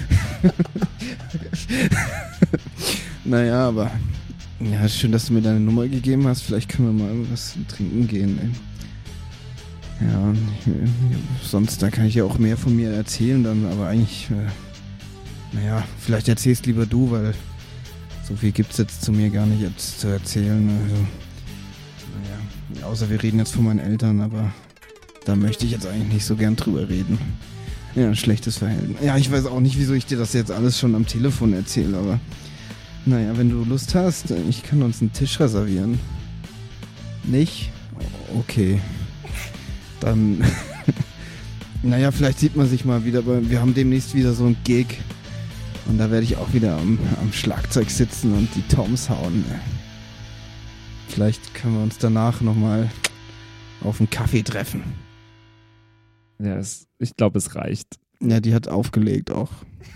naja, aber ja, schön, dass du mir deine Nummer gegeben hast. Vielleicht können wir mal was trinken gehen. Ey. Ja, ich, sonst, da kann ich ja auch mehr von mir erzählen dann, aber eigentlich, äh, naja, vielleicht erzählst lieber du, weil so viel gibt es jetzt zu mir gar nicht jetzt zu erzählen. Also, naja, außer wir reden jetzt von meinen Eltern, aber da möchte ich jetzt eigentlich nicht so gern drüber reden. Ja, ein schlechtes Verhältnis. Ja, ich weiß auch nicht, wieso ich dir das jetzt alles schon am Telefon erzähle, aber naja, wenn du Lust hast, ich kann uns einen Tisch reservieren. Nicht? Okay. Dann, naja, vielleicht sieht man sich mal wieder, aber wir haben demnächst wieder so ein Gig. Und da werde ich auch wieder am, am Schlagzeug sitzen und die Toms hauen. Vielleicht können wir uns danach nochmal auf einen Kaffee treffen. Ja, es, ich glaube, es reicht. Ja, die hat aufgelegt auch.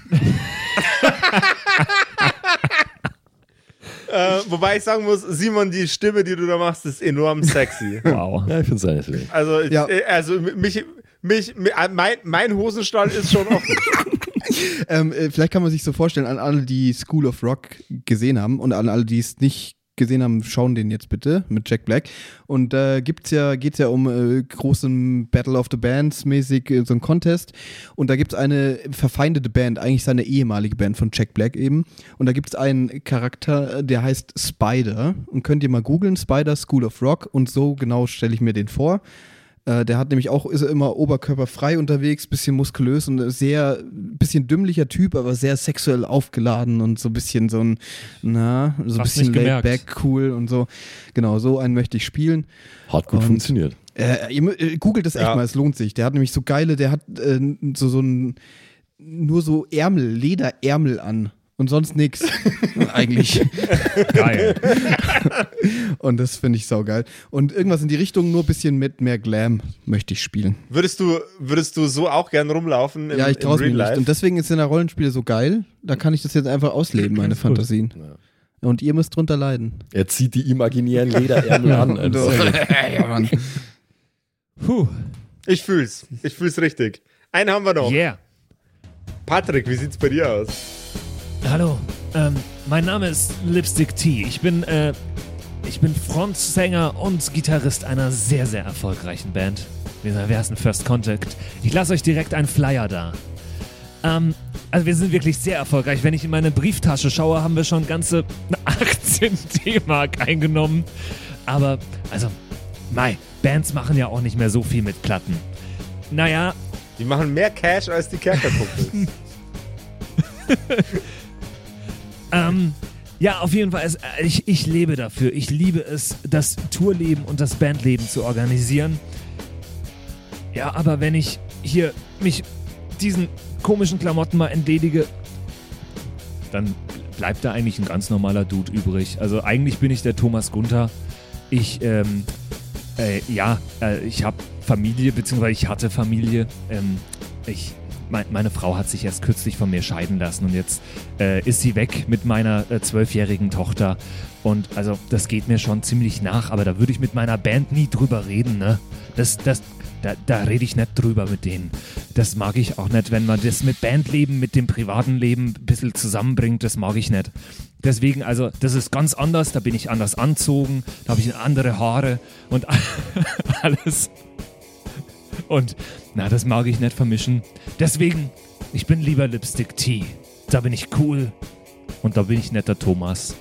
Äh, wobei ich sagen muss, Simon, die Stimme, die du da machst, ist enorm sexy. Wow. Ja, ich finde es eine Fleck. Also, ich, Ja. äh, also mich, mich, mi- äh, mein, mein Hosenstall ist schon offen. Ähm, äh, vielleicht kann man sich so vorstellen, an alle, die School of Rock gesehen haben und an alle, die es nicht gesehen haben, schauen den jetzt bitte mit Jack Black. Und da äh, gibt's ja, geht's ja um äh, großen Battle of the Bands mäßig, äh, so ein Contest. Und da gibt's eine verfeindete Band, eigentlich seine ehemalige Band von Jack Black eben. Und da gibt's einen Charakter, der heißt Spider. Und könnt ihr mal googeln, Spider School of Rock. Und so genau stelle ich mir den vor. Äh, der hat nämlich auch, ist er immer oberkörperfrei unterwegs, bisschen muskulös und ein sehr, bisschen dümmlicher Typ, aber sehr sexuell aufgeladen und so ein bisschen so ein, na, so ein Fast bisschen nicht laid gemerkt. back, cool und so. Genau, so einen möchte ich spielen. Hat gut Und- funktioniert. Äh, ihr, mü- äh, googelt das echt Ja. mal, es lohnt sich. Der hat nämlich so geile, der hat äh, so, so ein, nur so Ärmel, Lederärmel an. Und sonst nix. Eigentlich. Geil. Und das finde ich saugeil. Und irgendwas in die Richtung, nur ein bisschen mit mehr Glam möchte ich spielen. Würdest du, würdest du so auch gern rumlaufen im, ja, ich traue im es Real mir nicht. Life? Und deswegen ist in der Rollenspiele so geil. Da kann ich das jetzt einfach ausleben, meine Fantasien. Ja. Und ihr müsst drunter leiden. Er zieht die imaginären Lederärmel an. Und, Also. ja, Mann. Puh. Ich fühl's. Ich fühl's richtig. Einen haben wir noch. Yeah. Patrick, wie sieht's bei dir aus? Hallo, ähm, mein Name ist Lipstick T. Ich bin, äh, ich bin Frontsänger und Gitarrist einer sehr, sehr erfolgreichen Band. Wir, wir heißen First Contact. Ich lasse euch direkt einen Flyer da. Ähm, also wir sind wirklich sehr erfolgreich. Wenn ich in meine Brieftasche schaue, haben wir schon ganze achtzehn D-Mark eingenommen. Aber, also, mei, Bands machen ja auch nicht mehr so viel mit Platten. Naja. Die machen mehr Cash als die Kerkerkumpels. ähm, ja, auf jeden Fall, es, ich, ich lebe dafür. Ich liebe es, das Tourleben und das Bandleben zu organisieren. Ja, aber wenn ich hier mich diesen komischen Klamotten mal entledige, dann bleibt da eigentlich ein ganz normaler Dude übrig. Also eigentlich bin ich der Thomas Gunther. Ich, ähm, äh, ja, äh, ich habe Familie, beziehungsweise ich hatte Familie. Ähm, ich, mein, meine Frau hat sich erst kürzlich von mir scheiden lassen und jetzt äh, ist sie weg mit meiner äh, zwölfjährigen Tochter. Und also das geht mir schon ziemlich nach, aber da würde ich mit meiner Band nie drüber reden, ne? Das, das, da, da rede ich nicht drüber mit denen. Das mag ich auch nicht, wenn man das mit Bandleben, mit dem privaten Leben ein bisschen zusammenbringt, das mag ich nicht. Deswegen, also, das ist ganz anders, da bin ich anders anzogen, da habe ich andere Haare und alles. Und, na, das mag ich nicht vermischen. Deswegen, ich bin lieber Lipstick T. Da bin ich cool und da bin ich netter Thomas.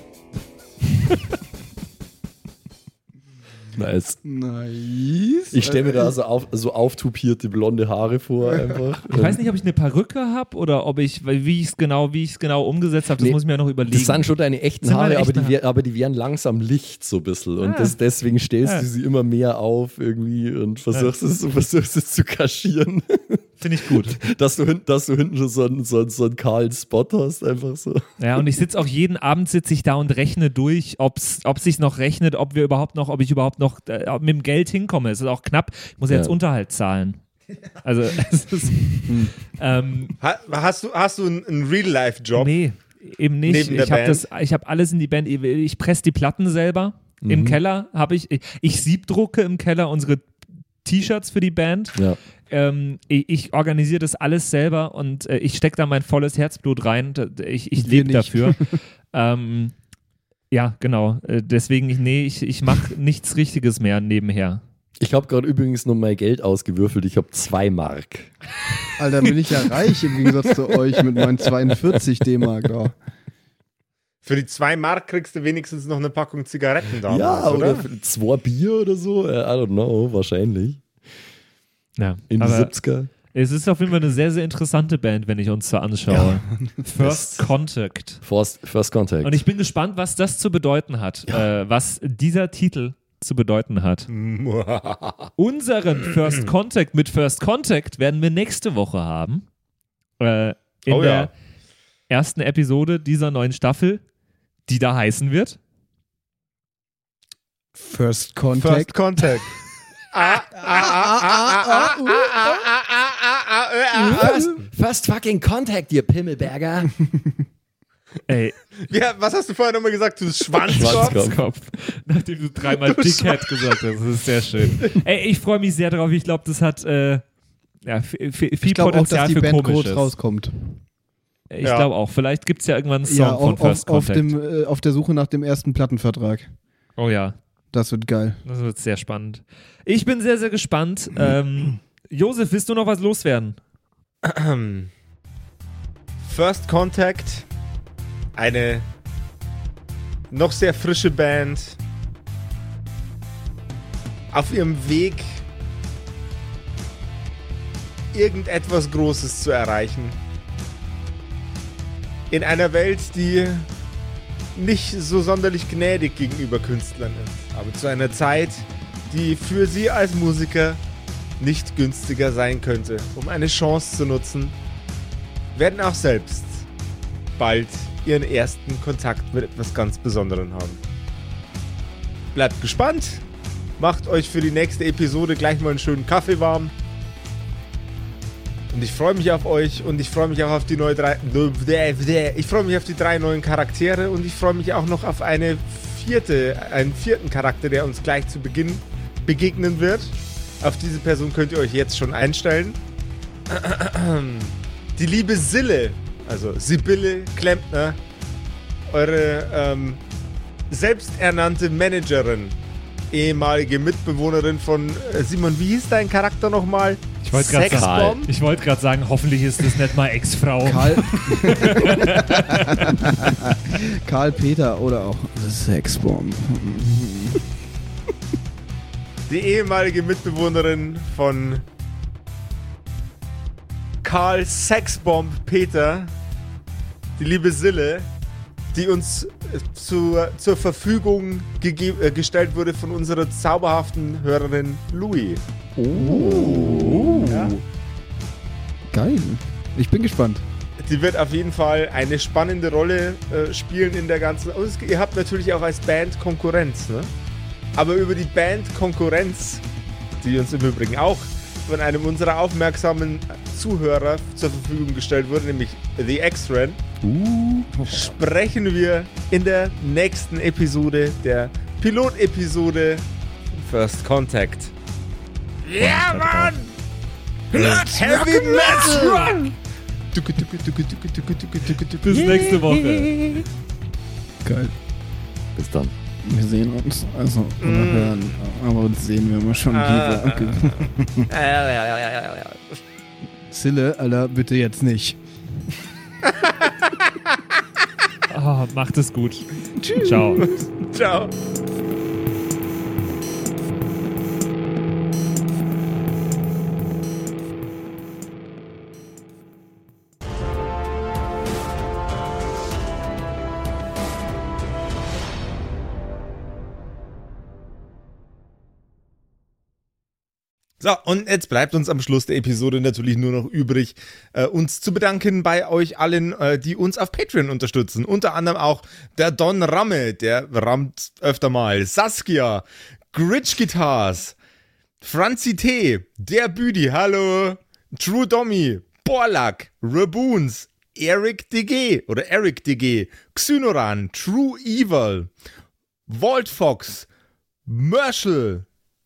Nice. Nice. Ich stelle mir da so, auf, so auftupierte blonde Haare vor einfach. Ich weiß nicht, ob ich eine Perücke habe oder ob ich, wie ich es genau, wie ich es genau umgesetzt habe, das Nee, muss ich mir noch überlegen. Das sind schon deine echten Das sind Haare, meine aber, echten die, wär- aber die werden langsam Licht so ein bisschen. Und Ah. das, deswegen stellst Ja. du sie immer mehr auf irgendwie und versuchst, es, versuchst es zu kaschieren. Finde ich gut. Dass du, hin, dass du hinten schon so einen, so, einen, so einen kahlen Spot hast, einfach so. Ja, und ich sitze auch jeden Abend sitze ich da und rechne durch, ob's, ob sich noch rechnet, ob wir überhaupt noch, ob ich überhaupt noch äh, mit dem Geld hinkomme. Es ist auch knapp. Ich muss ja jetzt Ja. Unterhalt zahlen. Also es ist, ähm, Ha, hast du, hast du einen, einen Real-Life-Job? nee, eben nicht. Neben der Ich habe Band? das, ich habe alles in die Band. Ich presse die Platten selber. Im Keller habe ich, ich, ich siebdrucke im Keller unsere T-Shirts für die Band. Ja. Ähm, ich, ich organisiere das alles selber und äh, ich stecke da mein volles Herzblut rein. Da- Ich, ich Wir lebe nicht. dafür. ähm, ja, genau. Äh, deswegen, ich, nee, ich, ich mache nichts Richtiges mehr nebenher. Ich habe gerade übrigens noch mein Geld ausgewürfelt. Ich habe zwei Mark. Alter, bin ich ja reich im Gegensatz zu euch mit meinen zweiundvierzig D-Mark da. Für die zwei Mark kriegst du wenigstens noch eine Packung Zigaretten damals, ja, oder, oder? für zwei Bier oder so. I don't know, wahrscheinlich. Ja, In die aber siebziger. es ist auf jeden Fall eine sehr, sehr interessante Band, wenn ich uns so anschaue. First Contact. First, First Contact. Und ich bin gespannt, was das zu bedeuten hat. Äh, was dieser Titel zu bedeuten hat. Unseren First Contact mit First Contact werden wir nächste Woche haben. Äh, in Oh der ja. ersten Episode dieser neuen Staffel, die da heißen wird. First Contact. First Contact. Ah, ah, ah, ah, ah, ah, ah, ah, ah, ah, ah, ah. First, first fucking Contact, ihr Pimmelberger. Ey, Ja, was hast du vorher nochmal gesagt? Du Schwanzkopf? Schwanzkopf. Kopf. Nachdem du dreimal Du Dickhead gesagt hast. Das ist sehr schön. Ey, ich freue mich sehr drauf. Ich glaube, das hat äh, ja, f- f- viel Ich glaube auch, Potenzial dass die für Band groß Komisches. rauskommt. Ich Ja. glaube auch. Vielleicht gibt es ja irgendwann einen Song Ja, von auf, First auf, auf, Contact. dem, äh, auf der Suche nach dem ersten Plattenvertrag. Oh ja, Das wird geil. das wird sehr spannend. Ich bin sehr, sehr gespannt. Ähm, Josef, willst du noch was loswerden? First Contact. Eine noch sehr frische Band. Auf ihrem Weg, irgendetwas Großes zu erreichen. In einer Welt, die nicht so sonderlich gnädig gegenüber Künstlern ist. Aber zu einer Zeit, die für sie als Musiker nicht günstiger sein könnte. Um eine Chance zu nutzen, werden auch selbst bald ihren ersten Kontakt mit etwas ganz Besonderem haben. Bleibt gespannt, macht euch für die nächste Episode gleich mal einen schönen Kaffee warm. Und ich freue mich auf euch und ich freue mich auch auf die neue drei, ich freue mich auf die drei neuen Charaktere und ich freue mich auch noch auf eine vierte, einen vierten Charakter, der uns gleich zu Beginn begegnen wird. Auf diese Person könnt ihr euch jetzt schon einstellen. Die liebe Sille, also Sibylle Klempner, eure ähm, selbsternannte Managerin, ehemalige Mitbewohnerin von äh, Simon, wie hieß dein Charakter nochmal? Ich wollte gerade sagen, ich wollt grad sagen, hoffentlich ist das nicht mal Ex-Frau. Karl. Karl Peter oder auch Sexbomb. Die ehemalige Mitbewohnerin von Karl Sexbomb Peter, die liebe Sille, die uns zu, zur Verfügung gege- äh, gestellt wurde von unserer zauberhaften Hörerin Louis. Oh. Ja. Geil. Ich bin gespannt. Die wird auf jeden Fall eine spannende Rolle äh, spielen in der ganzen... Und es, ihr habt natürlich auch als Band Konkurrenz, ne? Aber über die Band Konkurrenz, die uns im Übrigen auch von einem unserer aufmerksamen Zuhörer zur Verfügung gestellt wurde, nämlich The X-Ren, uh. sprechen wir in der nächsten Episode, der Pilot-Episode First Contact. Ja, Mann! Heavy Metal! Bis nächste Woche. Geil. Bis dann. Wir sehen uns, also, oder mm. hören, aber uns sehen wir mal schon ah. wieder. Sille, Alter, bitte jetzt nicht. Oh, macht es gut. Ciao. Ciao. So, und jetzt bleibt uns am Schluss der Episode natürlich nur noch übrig, äh, uns zu bedanken bei euch allen, äh, die uns auf Patreon unterstützen. Unter anderem auch der Don Ramme, der rammt öfter mal, Saskia, Gritch Guitars, Franzi T, der Büdi, hallo, True Dommy, Borlak, Raboons, Eric D G oder Eric D G, Xynoran, True Evil, Walt Fox, Merschel,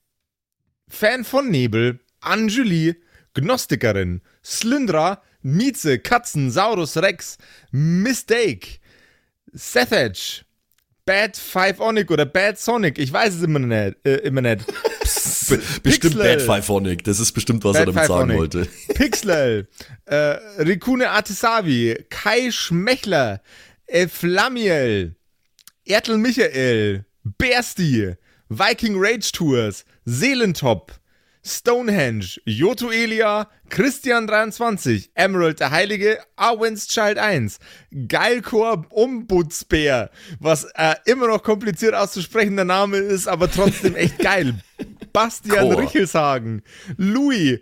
Fan von Nebel, Anjuli, Gnostikerin, Slyndra, Mieze, Katzen, Saurus Rex, Mistake, Sethage, Bad Five Onic oder Bad Sonic, ich weiß es immer nicht. Äh, immer nicht. Be- bestimmt Bad Five Onic, das ist bestimmt, was Bad er damit Five sagen Onic. wollte. Pixlel, äh, Rikune Artesavi, Kai Schmechler, Eflamiel, Ertel Michael, Bersti, Viking Rage Tours, Seelentop, Stonehenge, Joto Elia, Christian dreiundzwanzig, Emerald der Heilige, Arwen's Child eins, Geilkor Ombudsbär, was äh, immer noch kompliziert auszusprechender Name ist, aber trotzdem echt geil. Bastian Richelshagen, Louis,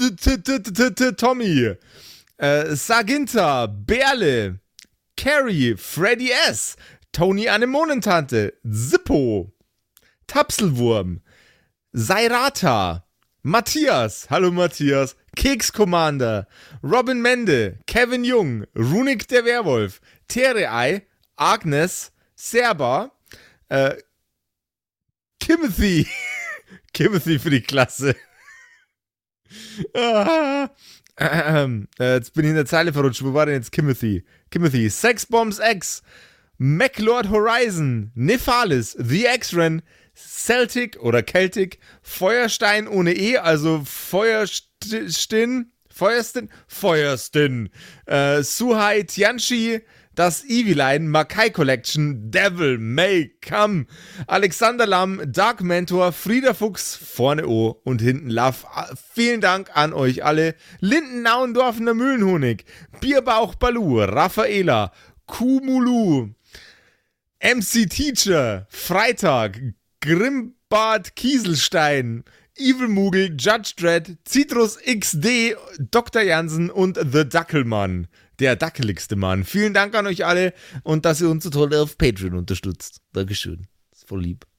Tommy, Saginta, Berle, Carrie, Freddy S., Tony Anemonentante, Zippo, Tapselwurm, Sairata, Matthias, hallo Matthias, Keks Commander, Robin Mende, Kevin Jung, Runik der Werwolf, Terei, Agnes, Serba, äh, Timothy, Timothy für die Klasse. ah, äh, äh, jetzt bin ich in der Zeile verrutscht, wo war denn jetzt Timothy? Timothy, Sexbombs X, MacLord Horizon, Nephalis, The X-Ren, Celtic oder Celtic, Feuerstein ohne E, also Feuerstin, Feuerstin, Feuerstin, äh, Suhai Tianchi, das Eviline, Makai Collection, Devil May Come, Alexander Lamm, Dark Mentor, Frieda Fuchs, vorne O und hinten Love. Vielen Dank an euch alle. Lindenauendorfener Mühlenhonig, Bierbauch Balu, Raffaela, Kumulu, M C Teacher, Freitag, Grimbart Kieselstein, Evil Mugel, Judge Dredd, Citrus X D, Doktor Jansen und The Dackelmann. der dackeligste Mann. Vielen Dank an euch alle und dass ihr uns so toll auf Patreon unterstützt. Dankeschön. Das ist voll lieb.